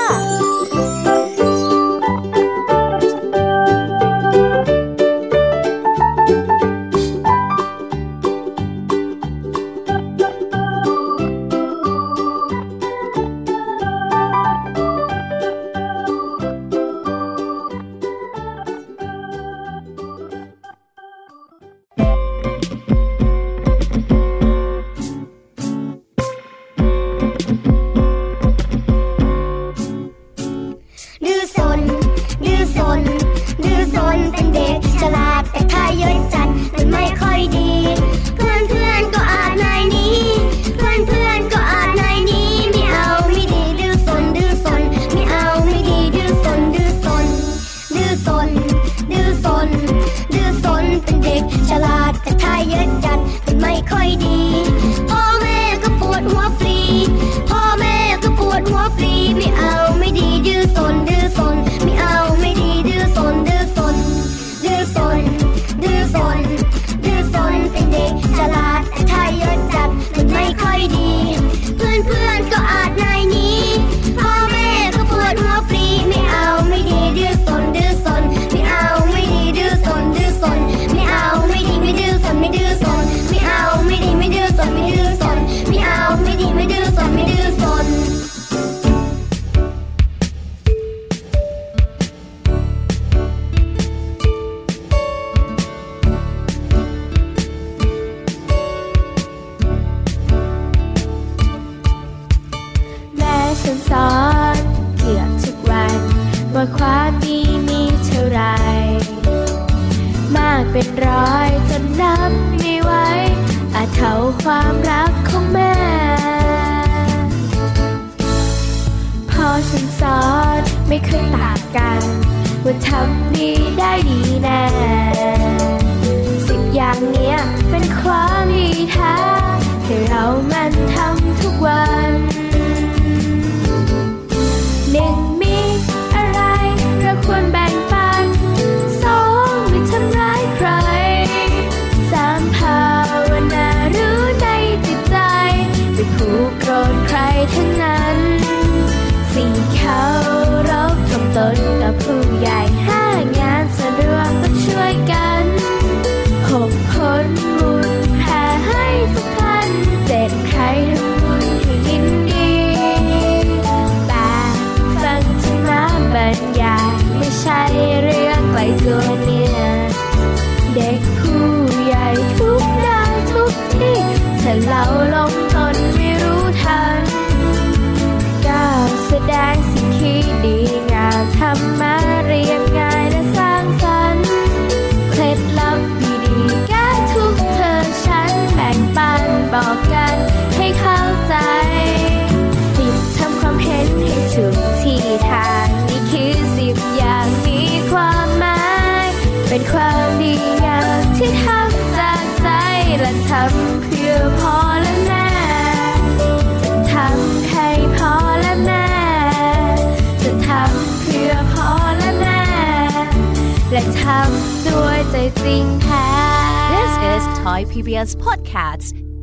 This is Thai พี บี เอส Podcast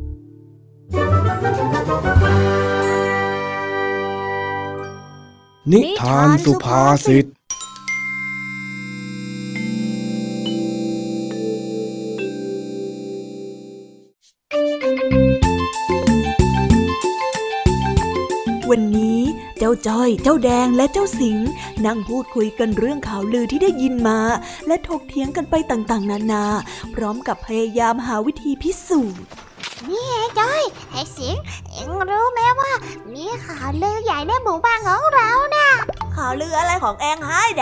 นิทานสุภาษิตวันนี้เจ้าจ้อยเจ้าแดงและเจ้าสิงห์นั่งพูดคุยกันเรื่องข่าวลือที่ได้ยินมาและถกเถียงกันไปต่างๆนานาพร้อมกับพยายามหาวิธีพิสูจน์นี่ไอ้จ้อยไอ้สิงห์เอ็งรู้ไหมว่ามีข่าวลือใหญ่ในหมู่บ้านของเราน่ะข่าวลืออะไรของเอ็งฮะแดง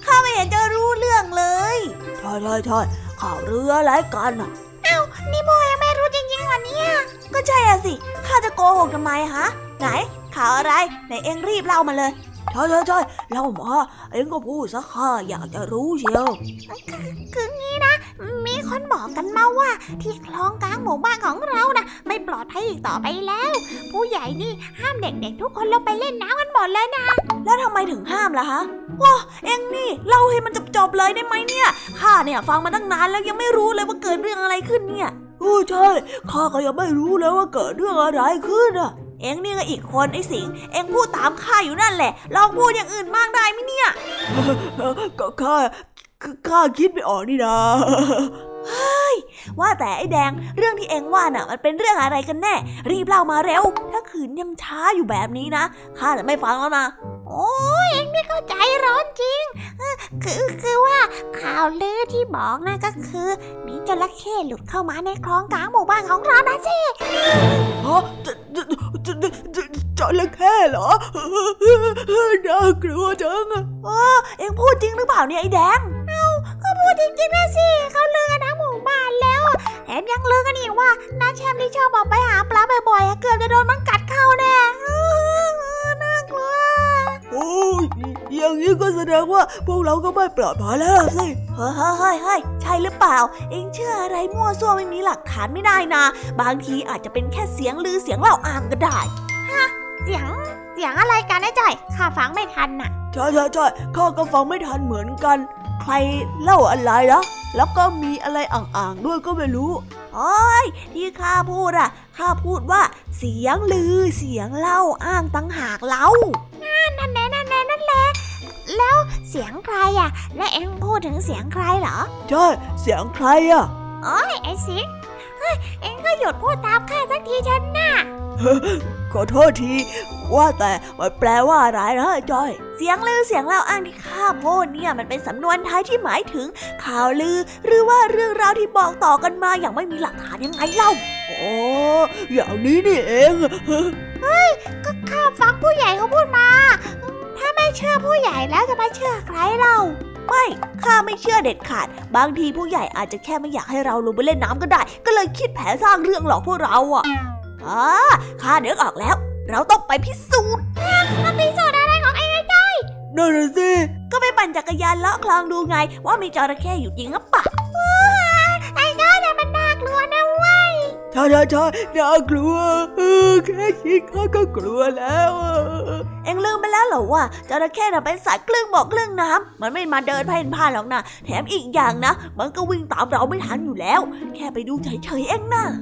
ข้าไม่เห็นจะรู้เรื่องเลยใช่ใช่ใช่ข่าวเรืออะไรกันอ่ะเอ้านี่โบยังไม่รู้จริงๆเหรอเนี่ยก็ใช่อ่ะสิข้าจะโกหกทำไมฮะไหนข่าวอะไรไหนเอ็งรีบเล่ามาเลยใช่ใช่ใช่เล่ามาเอ็งก็พูดซะข้าอยากจะรู้เชียวคืองี้นะมีคนบอกกันมาว่าที่คลองกลางหมู่บ้านของเรานะไม่ปลอดภัยอีกต่อไปแล้วผู้ใหญ่นี่ห้ามเด็กๆทุกคนลงไปเล่นน้ำกันหมดเลยนะแล้วทำไมถึงห้ามล่ะฮะว้าเอ็งนี่เล่าให้มันจบๆเลยได้ไหมเนี่ยข้าเนี่ยฟังมาตั้งนานแล้วยังไม่รู้เลยว่าเกิดเรื่องอะไรขึ้นเนี่ยโอ้ใช่ข้าก็ยังไม่รู้เลยว่าเกิดเรื่องอะไรขึ้นอ่ะเอ็งนี่ก็อีกคนไอ้สิงเอ็งพูดตามข้าอยู่นั่นแหละลองพูดอย่างอื่นบ้างได้ไหมเนี่ยก็ข้าข้าคิดไม่ออกนี่นะเฮ้ยว่าแต่ไอ้แดงเรื่องที่เอ็งว่าน่ะมันเป็นเรื่องอะไรกันแน่รีบเล่ามาเร็วถ้าขืนยังช้าอยู่แบบนี้นะข้าจะไม่ฟังแล้วนะโอ้ยเอ็งนี่เข้าใจร้อนจริงคือคือว่าข่าวลือที่บอกนะก็คือมีจระเข้หลุดเข้ามาในคลองกลางหมู่บ้านของเรานะสิฮะจระเข้เหรอน่ากลัวจังเออเอ็งพูดจริงหรือเปล่าเนี่ยไอ้แดงเอ้าก็พูดจริงๆนะสิเขาลือกันทั้งหมู่บ้านแล้วแถมยังลือกันอีกว่าน้าแชมป์ที่ชอบออกไปหาปลาบ่อยๆเกือบจะโดนมันกัดเข้าแน่น่ากลัวโอ้ยอย่างนี้ก็แสดงว่าพวกเราก็ไม่ปลอดภัยแล้วสิเฮ้ยเฮ้ยเฮ้ยใช่หรือเปล่าเอ็งเชื่ออะไรมั่วซั่วไม่มีหลักฐานไม่ได้นะบางทีอาจจะเป็นแค่เสียงลือเสียงเล่าอ้างก็ได้ฮะเสียงเสียงอะไรกันนะจ่อยข้าฟังไม่ทันน่ะใช่ใช่ใช่ข้าก็ฟังไม่ทันเหมือนกันใครเล่าอะไรนะแล้วก็มีอะไรอ่างๆด้วยก็ไม่รู้โอ้ยที่ข้าพูดอะข้าพูดว่าเสียงลือเสียงเล่าอ้างตั้งหากเล่านั่นแน่นั่นแน่นั่นแหละแล้วเสียงใครอะและเอ็งพูดถึงเสียงใครเหรอใช่เสียงใครอะโอ้ยไอ้สิงเฮ้ยเอ็งก็หยุดพูดตามข้าสักทีฉันน่ะขอโทษทีว่าแต่มันแปลว่าอะไรนะจอยเสียงลือเสียงเล่าอ้างที่ข้าพูดเนี่ยมันเป็นสำนวนไทยที่หมายถึงข่าวลือหรือว่าเรื่องราวที่บอกต่อกันมาอย่างไม่มีหลักฐานยังไงเล่าโอ้อย่างนี้นี่เองเฮ้ยก็ข้าฟังผู้ใหญ่เขาพูดมาถ้าไม่เชื่อผู้ใหญ่แล้วจะไปเชื่อใครเล่าไม่ข้าไม่เชื่อเด็ดขาดบางทีผู้ใหญ่อาจจะแค่ไม่อยากให้เราลงไปเล่นน้ำก็ได้ก็เลยคิดแผนสร้างเรื่องหลอกพวกเราอ่ะอ๋อข้านึกออกแล้วเราต้องไปพิสูจน์มาพิสูจน์อะไรของไอ้ไอ้นั่นน่ะสิก็ไปปั่นจักรยานเลาะคลองดูไงว่ามีจระเข้อยู่จริงหรือเปล่าไอ้น้อยเนี่ยมันน่ากลัวนะเว้ยใช่ใช่ใช่น่ากลัวแค่คิดข้าก็กลัวแล้วเอ็งลืมไปแล้วเหรอว่าจระเข้น่ะเป็นสัตว์ครึ่งบกครึ่งน้ำมันไม่มาเดินเพ่นพ่านหรอกนะแถมอีกอย่างนะมันก็วิ่งตามเราไม่ทันอยู่แล้วแค่ไปดูเฉยๆเองนะ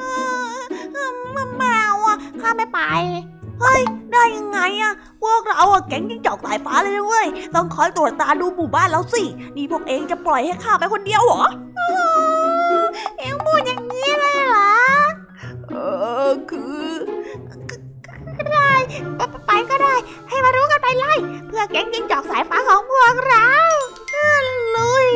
ไม่เอาอ่ะข้าไม่ไปเฮ้ยได้ยังไงอ่ะพวกเราอ่ะแก๊งจิ้งจอกสายฟ้าเลยนะเว้ยต้องคอยตรวจตาดูหมู่บ้านเราสินี่พวกเองจะปล่อยให้ข้าไปคนเดียวเหรอเอ็งพูดอย่างนี้เลยเหรอเออคือก็ได้ไปก็ได้ให้มารู้กันไปเลยเพื่อแก๊งจิ้งจอกสายฟ้าของพวกเราลุย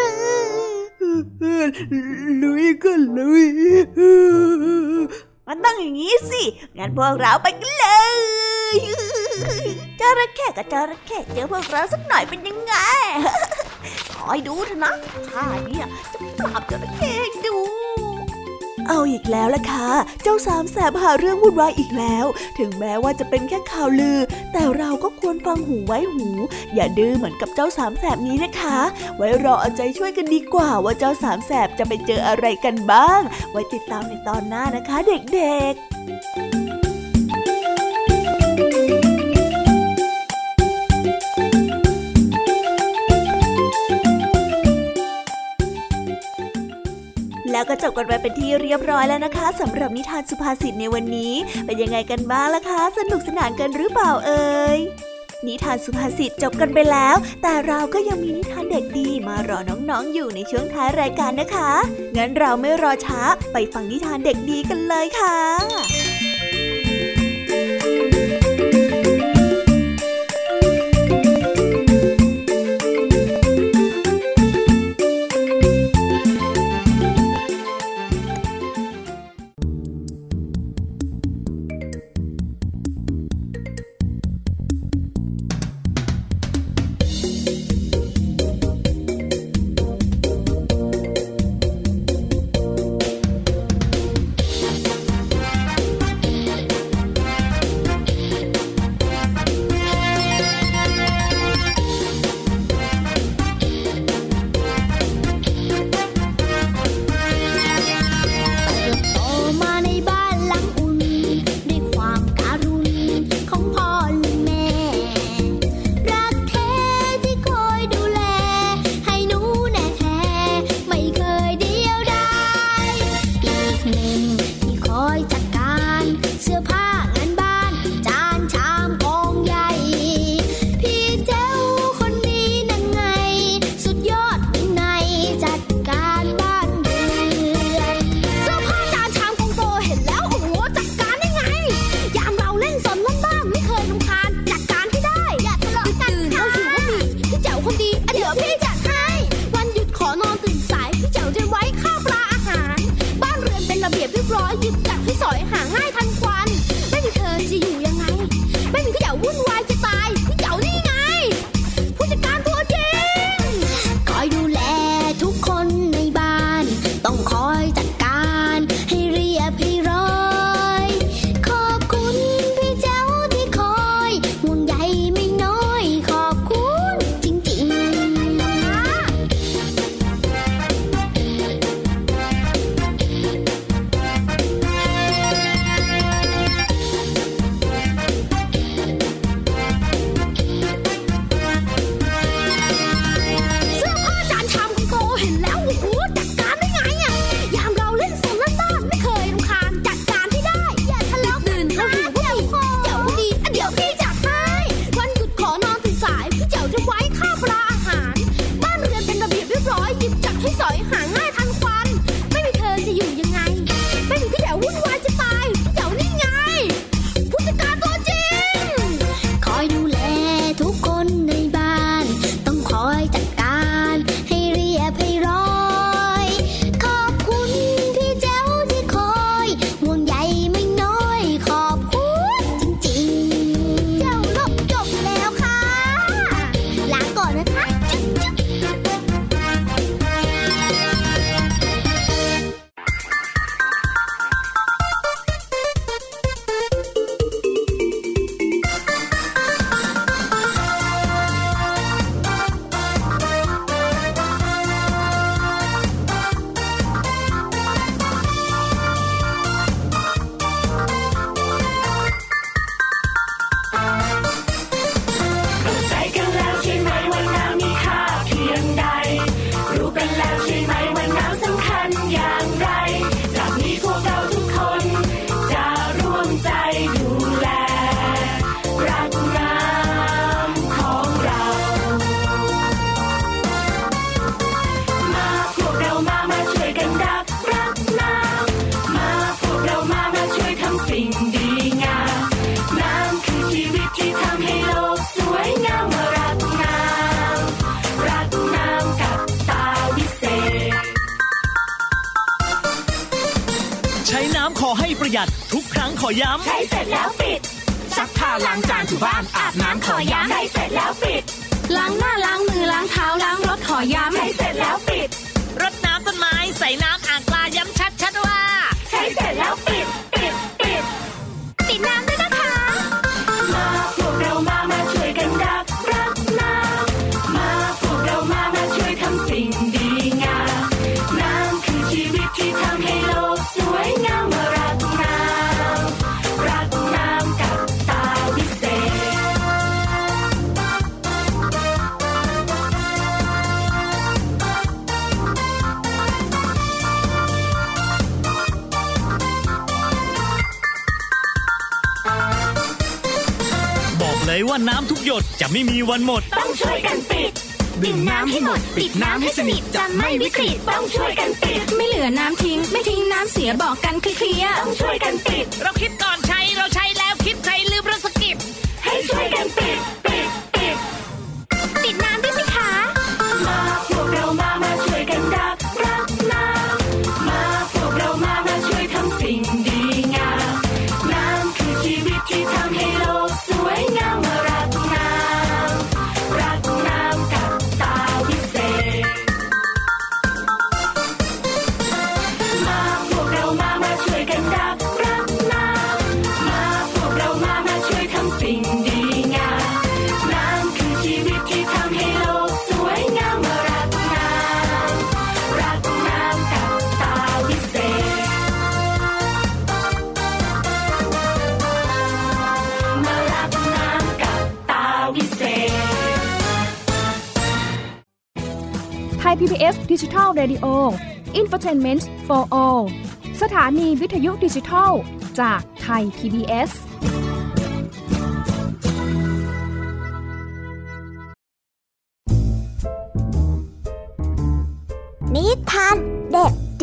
ลุยก็ลุยมันต้องอย่างนี้สิงั้นพวกเราไปกันเลยจระเข้กับจระเข้เจอพวกเราสักหน่อยเป็นยังไงคอยดูเถอะนะข้าเนี่ยจะปราบจระเข้ให้ดูเอาอีกแล้วล่ะค่ะเจ้าสามแสบหาเรื่องวุ่นวายอีกแล้วถึงแม้ว่าจะเป็นแค่ข่าวลือแต่เราก็ควรฟังหูไว้หูอย่าดื้อเหมือนกับเจ้าสามแสบนี้นะคะไว้รอเอาใจช่วยกันดีกว่าว่าเจ้าสามแสบจะไปเจออะไรกันบ้างไว้ติดตามในตอนหน้านะคะเด็กๆแล้วก็จบกันไปเป็นที่เรียบร้อยแล้วนะคะสำหรับนิทานสุภาษิตในวันนี้เป็นยังไงกันบ้างล่ะคะสนุกสนานกันหรือเปล่าเอ่ยนิทานสุภาษิตจบกันไปแล้วแต่เราก็ยังมีนิทานเด็กดีมารอน้องๆอยู่ในช่วงท้ายรายการนะคะงั้นเราไม่รอช้าไปฟังนิทานเด็กดีกันเลยค่ะให้สอยหาง่ายทันควันไม่มีเธอจะอยู่ยังไงไม่มีพี่เจ๋าวุ่นวายจะตายพี่เจ๋านี่ไงผู้จัดการตัวจริงคอยดูแลทุกคนในบ้านต้องคอยจัดการให้เรียบให้ร้อยขอบคุณพี่เจ๋าที่คอยห่วงใยไม่น้อยขอบคุณจริงๆให้สอยหาง่ายทันควันไม่มีเธอจะอยู่ยังไงไม่มีพี่เจ๋าวุ่นวายจะตายพี่เจ๋านี่ไงผู้จัดการตัวจริงคอยดูแลทุกคนในบ้านต้องคอยจัดการให้เรียบให้ร้อยขอบคุณพี่เจ๋าที่คอยห่วงใยไม่น้อยขอบคุณจริงๆเจ้าลบจบแล้วค่ะลาก่อนนะคะจุ๊บจุ๊บประหยัดทุกครั้งขอย้ำใช้เสร็จแล้วปิดซักผ้าล้างจานถูบ้านอาบน้ำขอย้ำใช้เสร็จแล้วปิดล้างหน้าล้างมือล้างเท้าล้างรถขอย้ำใช้เสร็จแล้วปิดรดน้ำต้นไม้ใส่น้ำอ่างปลาย้ำชัดๆว่าใช้เสร็จแล้วปิดปิดปิดปิดน้ำด้วยนะคะมาพวกเรามามาช่วยกันรักรักน้ำมาพวกเรามามาช่วยทำสิ่งดีงามน้ำคือชีวิตที่ทำให้โลกสวยงามรักน้ำรักน้ำกับตาวิเศษบอกเลยว่าน้ำทุกหยดจะไม่มีวันหมดต้องช่วยกันปิดดื่มน้ำให้หมดปิดน้ำให้สนิทจะไม่วิกฤตต้องช่วยกันปิดไม่เหลือน้ำทิ้งไม่ทิ้งน้ำเสียบอกกันเคลียร์ต้องช่วยกันปิดเราคิดก่อนใช้เราใช้แล้วคิดใครลืมเราสะกิดให้ช่วยกันปิดปิดปิดปิดน้ำด้วยสิคะมาพวกเรามามาช่วยกันรักรักน้ำมาพวกเรามามาช่วยทำสิ่งดีงามน้ำคือชีวิตที่ทำให้โลกสวยงามรักน้ำรักน้ำกับตาวิเศษมาพวกเรามามาช่วยกันรักรักน้ำมาพวกเรามามาช่วยทำสิ่งดีงามน้ำคือชีวิตที่ทำให้โลกสวยงามรักน้ำรักน้ำกับตาวิเศษมารักน้ำกับตาวิเศษ Thai พี บี เอส Digital Radio Infotainment for All สถานีวิทยุดิจิทัลจากไทย พี บี เอสนิทานเด็กดี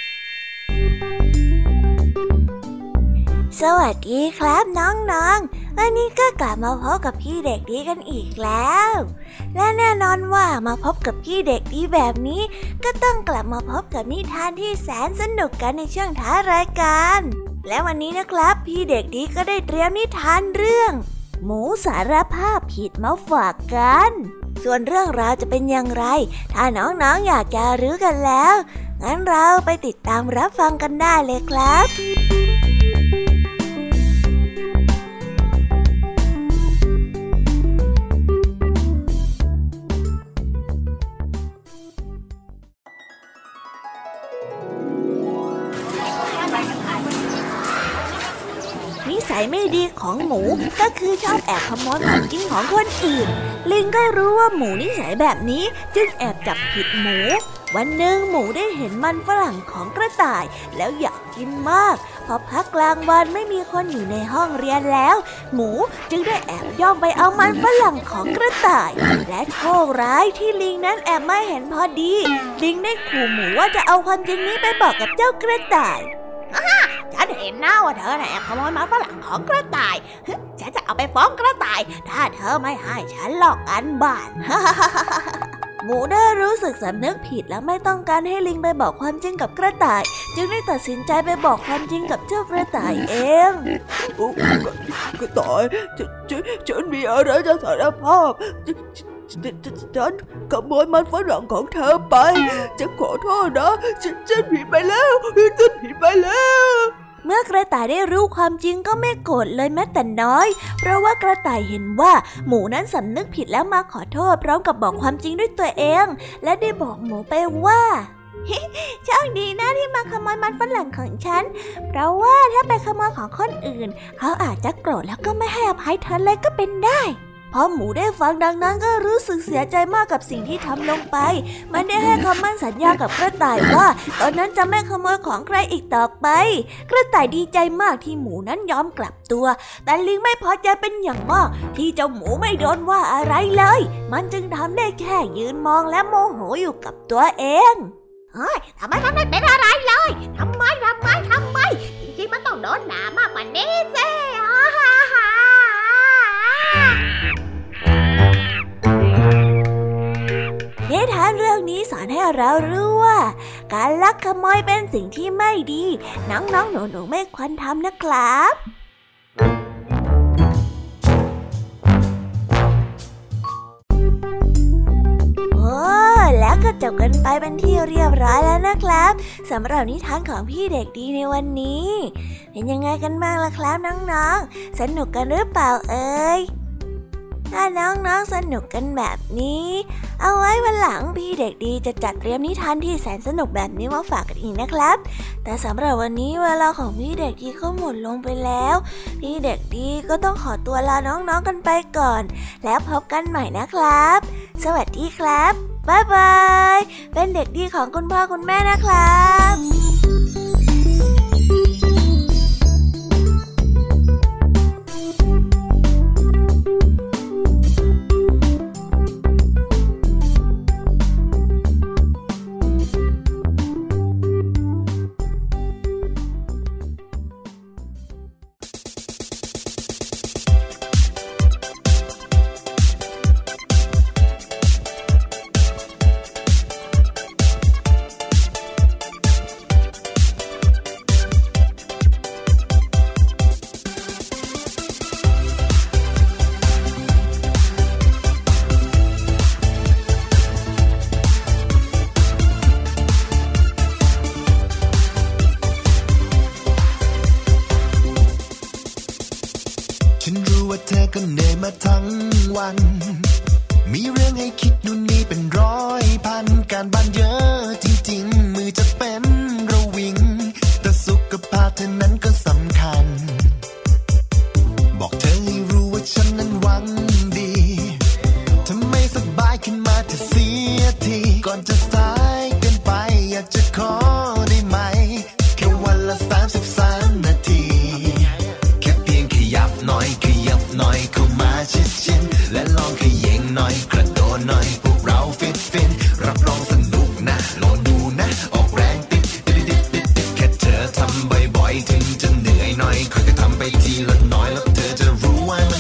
สวัสดีครับน้องๆวันนี้ก็กลับมาพบกับพี่เด็กดีกันอีกแล้วและแน่นอนว่ามาพบกับพี่เด็กดีแบบนี้ก็ต้องกลับมาพบกับนิทานที่แสนสนุกกันในช่วงท้ายรายการและวันนี้นะครับพี่เด็กดีก็ได้เตรียมนิทานเรื่องหมูสารภาพผิดมาฝากกันส่วนเรื่องราวจะเป็นอย่างไรถ้าน้องๆ อ, อยากจะรู้กันแล้วงั้นเราไปติดตามรับฟังกันได้เลยครับนิสัยไม่ดีของหมูก็คือชอบแอบขโมยของกินของคนอื่นลิงก็รู้ว่าหมูนิสัยแบบนี้จึงแอบจับผิดหมูวันหนึ่งหมูได้เห็นมันฝรั่งของกระต่ายแล้วอยากกินมากพอพักกลางวันไม่มีคนอยู่ในห้องเรียนแล้วหมูจึงได้แอบย่องไปเอามันฝรั่งของกระต่ายและโชคร้ายที่ลิงนั้นแอบไม่เห็นพอดีลิงได้ขู่หมูว่าจะเอาความจริงนี้ไปบอกกับเจ้ากระต่ายฉันเห็นนะว่าเธอแอบขโมยมันฝรั่งของกระต่ายฉันจะเอาไปฟ้องกระต่ายถ้าเธอไม่ให้ฉันลอกกันบ้าน หมูได้รู้สึกสำนึกผิดและไม่ต้องการให้ลิงไปบอกความจริงกับกระต่ายจึงได้ตัดสินใจไปบอกความจริงกับเจ้ากระต่ายเองกระต่ายฉันมีอะไรจะสารภาพฉันขโมยมันฝรั่งของเธอไปจะขอโทษนะฉันฉันผิดไปแล้วฉันผิดไปแล้วเมื่อกระต่ายได้รู้ความจริงก็ไม่โกรธเลยแม้แต่น้อยเพราะว่ากระต่ายเห็นว่าหมูนั้นสำนึกผิดแล้วมาขอโทษพร้อมกับบอกความจริงด้วยตัวเองและได้บอกหมูไปว่าโชคดีนะที่มาขโมยมันฝรั่งของฉันเพราะว่าถ้าไปขโมยของคนอื่นเขาอาจจะโกรธแล้วก็ไม่ให้อภัยเธอเลยก็เป็นได้พอหมูได้ฟังดังนั้นก็รู้สึกเสียใจมากกับสิ่งที่ทำลงไปมันได้ให้คำมั่นสัญญากับกระต่ายว่าตอนนั้นจะไม่ขโมยของใครอีกต่อไปกระต่ายดีใจมากที่หมูนั้นยอมกลับตัวแต่ลิงไม่พอใจเป็นอย่างมากที่เจ้าหมูไม่โดนว่าอะไรเลยมันจึงทำได้แค่ยืนมองและโมโหอยู่กับตัวเองเฮ้ยทำไมมันไม่เป็นอะไรเลยทำไมทำไมทำไมจริงๆมันต้องโดนด่ามากกว่านี้สินิทานเรื่องนี้สอนให้เรารู้ว่าการลักขโมยเป็นสิ่งที่ไม่ดีน้องๆหนูๆไม่ควรทำนะครับโอ้แล้วก็จบกันไปเป็นที่เรียบร้อยแล้วนะครับสำหรับนิทานของพี่เด็กดีในวันนี้เป็นยังไงกันบ้างล่ะครับน้องๆสนุกกันหรือเปล่าเอ่ยถ้าน้องๆสนุกกันแบบนี้เอาไว้วันหลังพี่เด็กดีจะจัดเตรียมนิทานที่แสนสนุกแบบนี้มาฝากกันอีกนะครับแต่สำหรับวันนี้เวลาของพี่เด็กดีก็หมดลงไปแล้วพี่เด็กดีก็ต้องขอตัวลาน้องๆกันไปก่อนแล้วพบกันใหม่นะครับสวัสดีครับบ๊ายบายเป็นเด็กดีของคุณพ่อคุณแม่นะครับมีเรื่องให้คิดนู่นนี่เป็นร้อยพันการบ้านเยอะจริงๆมือจะเป็นระวิงแต่สุขภาพเธอนั้นก็สำคัญบอกเธอให้รู้ว่าฉันนั้นหวังดีถ้าไม่สบายขึ้นมาเธอเสียทีก่อนจะสายเกินไปอยากจะขอได้ไหมแค่วันละสามสิบสามนาทีแค่เพียงขยับหน่อยขยับหน่อยเข้ามาชิดๆและลองขย่งหน่อยกระโดดหน่อยพวกเราฟิตฟินรับรองสนุกนะลองดูนะออกแรงติดติดติดติดติดแค่เธอทำบ่อยๆถึงจะเหนื่อยหน่อยค่อยๆทำไปทีละน้อยแล้วเธอจะรู้ว่า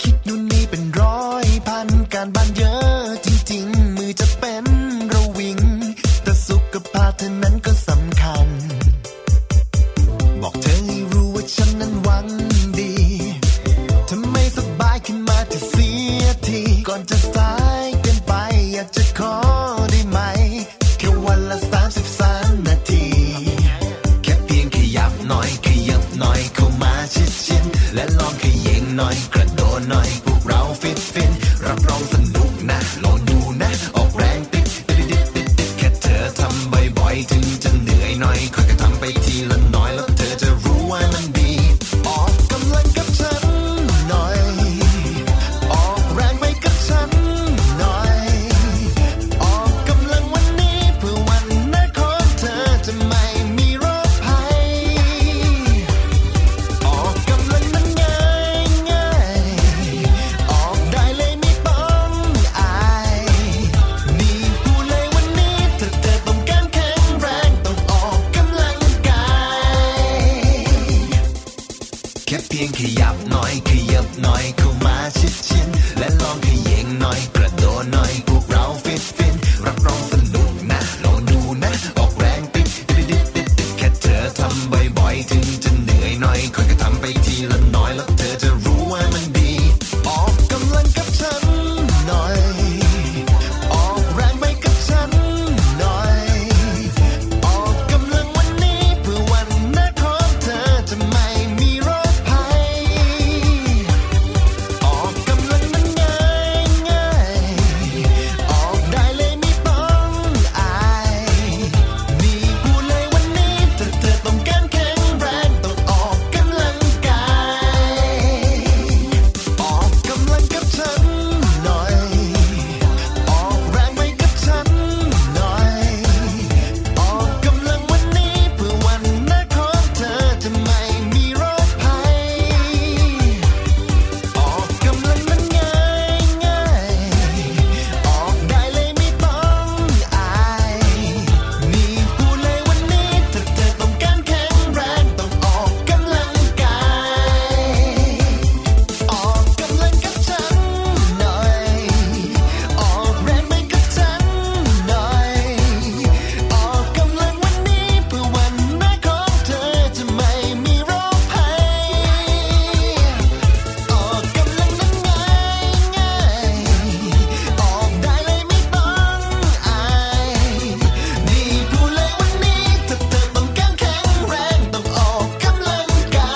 คิดนู่นนี่เป็นร้อยพันการบ้านเยอะจริงๆมือจะเป็นระวิงแต่สุขภาพเธอนั้นก็สำคัญบอกเธอให้รู้ว่าฉันนั้นหวังดีถ้าไม่สบายขึ้นมาจะเสียทีก่อนจะสายเกินไปอยากจะขอได้ไหมแค่วันละสามสิบสามนาทีแค่เพียงขยับหน่อยขยับหน่อยเข้ามาชิดๆและลองขยิงหน่อยกระโดดหน่อยพวกเราฟิตฟินรับรองสนุกนะลองดูนะออกแรงติดติดติดติดติดแค่เธอทำบ่อยๆถึงจะเหนื่อยหน่อยค่อยๆทำไปทีละน้อยแล้วเธอจะรู้ว่ามันดีออกกำลังกับฉันหน่อยออกแรงไปกับฉันหน่อยออกกำลังวันนี้เพื่อวันหน้าของเธอจะไม่มีโรคภัยออกกำลังนั้นง่ายง่ายออกได้เลยไม่ต้องอายนี่พูดเลยวันนี้ถ้าเธอต้องการแข็งแรงต้องออกกำลังกายแค่เพียงขยับหน่อยขยับหน่อยเข้ามาชิดๆและลองขยิงหน่อยกระโดดหน่อยพวกเราฟิตฟินรับรองสนุกนะลองดูนะออกแรงติดติดติดติดติดแค่เธอทำบ่อยๆถึงจะเหนื่อยหน่อยค่อยๆทำไปทีละน้อยแล้วเธอจะรู้ว่ามันดีออกกำลังกับฉันหน่อยออกแรงไปกับฉันหน่อยออกกำลังวันนี้เพื่อวันหน้าของเธอจะไม่มีโรคภัยออกกำลังมันง่ายง่ายออกได้เลยไม่ต้องอายนี่พูดเลยวันนี้ถ้าเธอต้องการแข็งแรงต้องออกกำลังกายออกกำลังกับฉันหน่อยออกแรงไปกับฉันหน่อยออกกำลังวันนี้เพื่อวันหน้าของเธอจะไม่มีโรคภัยออกกำลังมันง่ายง่ายออกได้เลยไม่ต้องอายนี่พูดเลยวันนี้ถ้าเธอต้องการแข็งแรงต้องออกกำลังกายออกกำลังกับฉันหน่อยออกแรงไปกับฉันหน่อยออกกำลังวันนี้เพื่อวันหน้าของเธอจะไม่มีโรคภัยออกกำลังนั้นง่ายง่ายออกได้เลยไม่ต้องอายนี่พูดเลยวันนี้ถ้าเธอต้องการแข็งแรงต้องออกกำลังกาย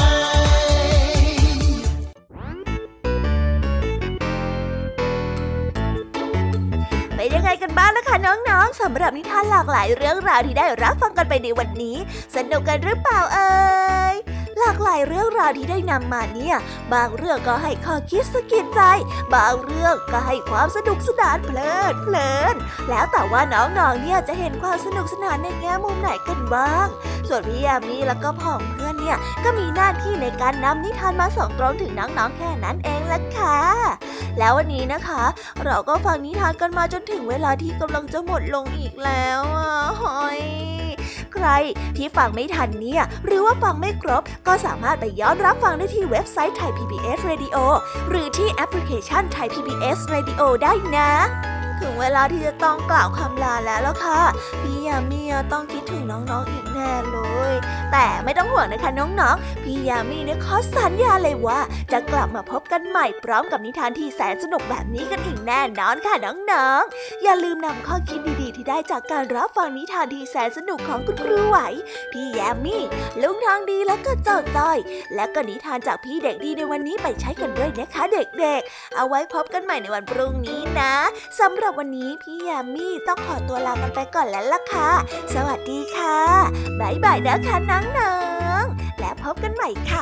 เป็นยังไงกันบ้างล่ะคะน้องๆสำหรับนิทานหลากหลายเรื่องราวที่ได้รับฟังกันไปในวันนี้สนุกกันหรือเปล่าเอ่ยหลากหลายเรื่องราวที่ได้นำมาเนี่ยบางเรื่องก็ให้ข้อคิดสะกิดใจบางเรื่องก็ให้ความสนุกสนานเพลิดเพลินแล้วแต่ว่าน้องๆเนี่ยจะเห็นความสนุกสนานในแง่มุมไหนกันบ้างส่วนพี่ยามีแล้วก็พ่องเพื่อนเนี่ยก็มีหน้าที่ในการนำนิทานมาส่งตรงถึงน้องๆแค่นั้นเองล่ะค่ะแล้ววันนี้นะคะเราก็ฟังนิทานกันมาจนถึงเวลาที่กำลังจะหมดลงอีกแล้วอ่ะหอยใครที่ฟังไม่ทันเนี่ยหรือว่าฟังไม่ครบก็สามารถไปย้อนรับฟังได้ที่เว็บไซต์ Thai พี บี เอส Radio หรือที่แอปพลิเคชัน Thai พี บี เอส Radio ได้นะถึงเวลาที่จะต้องกล่าวคำลาแล้วล่ะค่ะพี่ยามีต้องคิดถึงน้องๆอีกแน่เลยแต่ไม่ต้องห่วงนะคะน้องๆพี่ยามีเนี่ยขอสัญญาเลยว่าจะกลับมาพบกันใหม่พร้อมกับนิทานที่แสนสนุกแบบนี้กันอีกแน่นอนค่ะน้องๆอย่าลืมนำข้อคิดดีๆที่ได้จากการรับฟังนิทานที่แสนสนุกของคุณครูไหวพี่ยามีลุงทองดีและก็เจ้าจ้อยและก็นิทานจากพี่เด็กดีในวันนี้ไปใช้กันด้วยนะคะเด็กๆเอาไว้พบกันใหม่ในวันพรุ่งนี้นะสำหรับวันนี้พี่ยามีต้องขอตัวลากันไปก่อนแล้วล่ะค่ะสวัสดีค่ะบ๊ายบายนะคะน้องๆและพบกันใหม่ค่ะ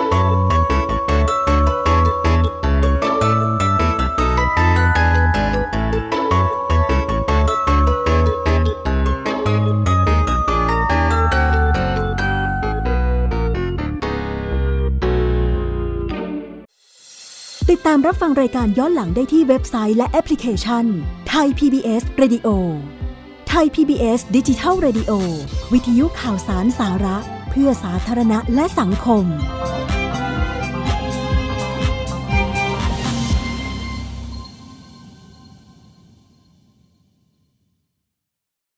ติดตามรับฟังรายการย้อนหลังได้ที่เว็บไซต์และแอปพลิเคชัน Thai พี บี เอส Radio Thai พี บี เอส Digital Radio วิทยุข่าวสารสาระเพื่อสาธารณะและสังคม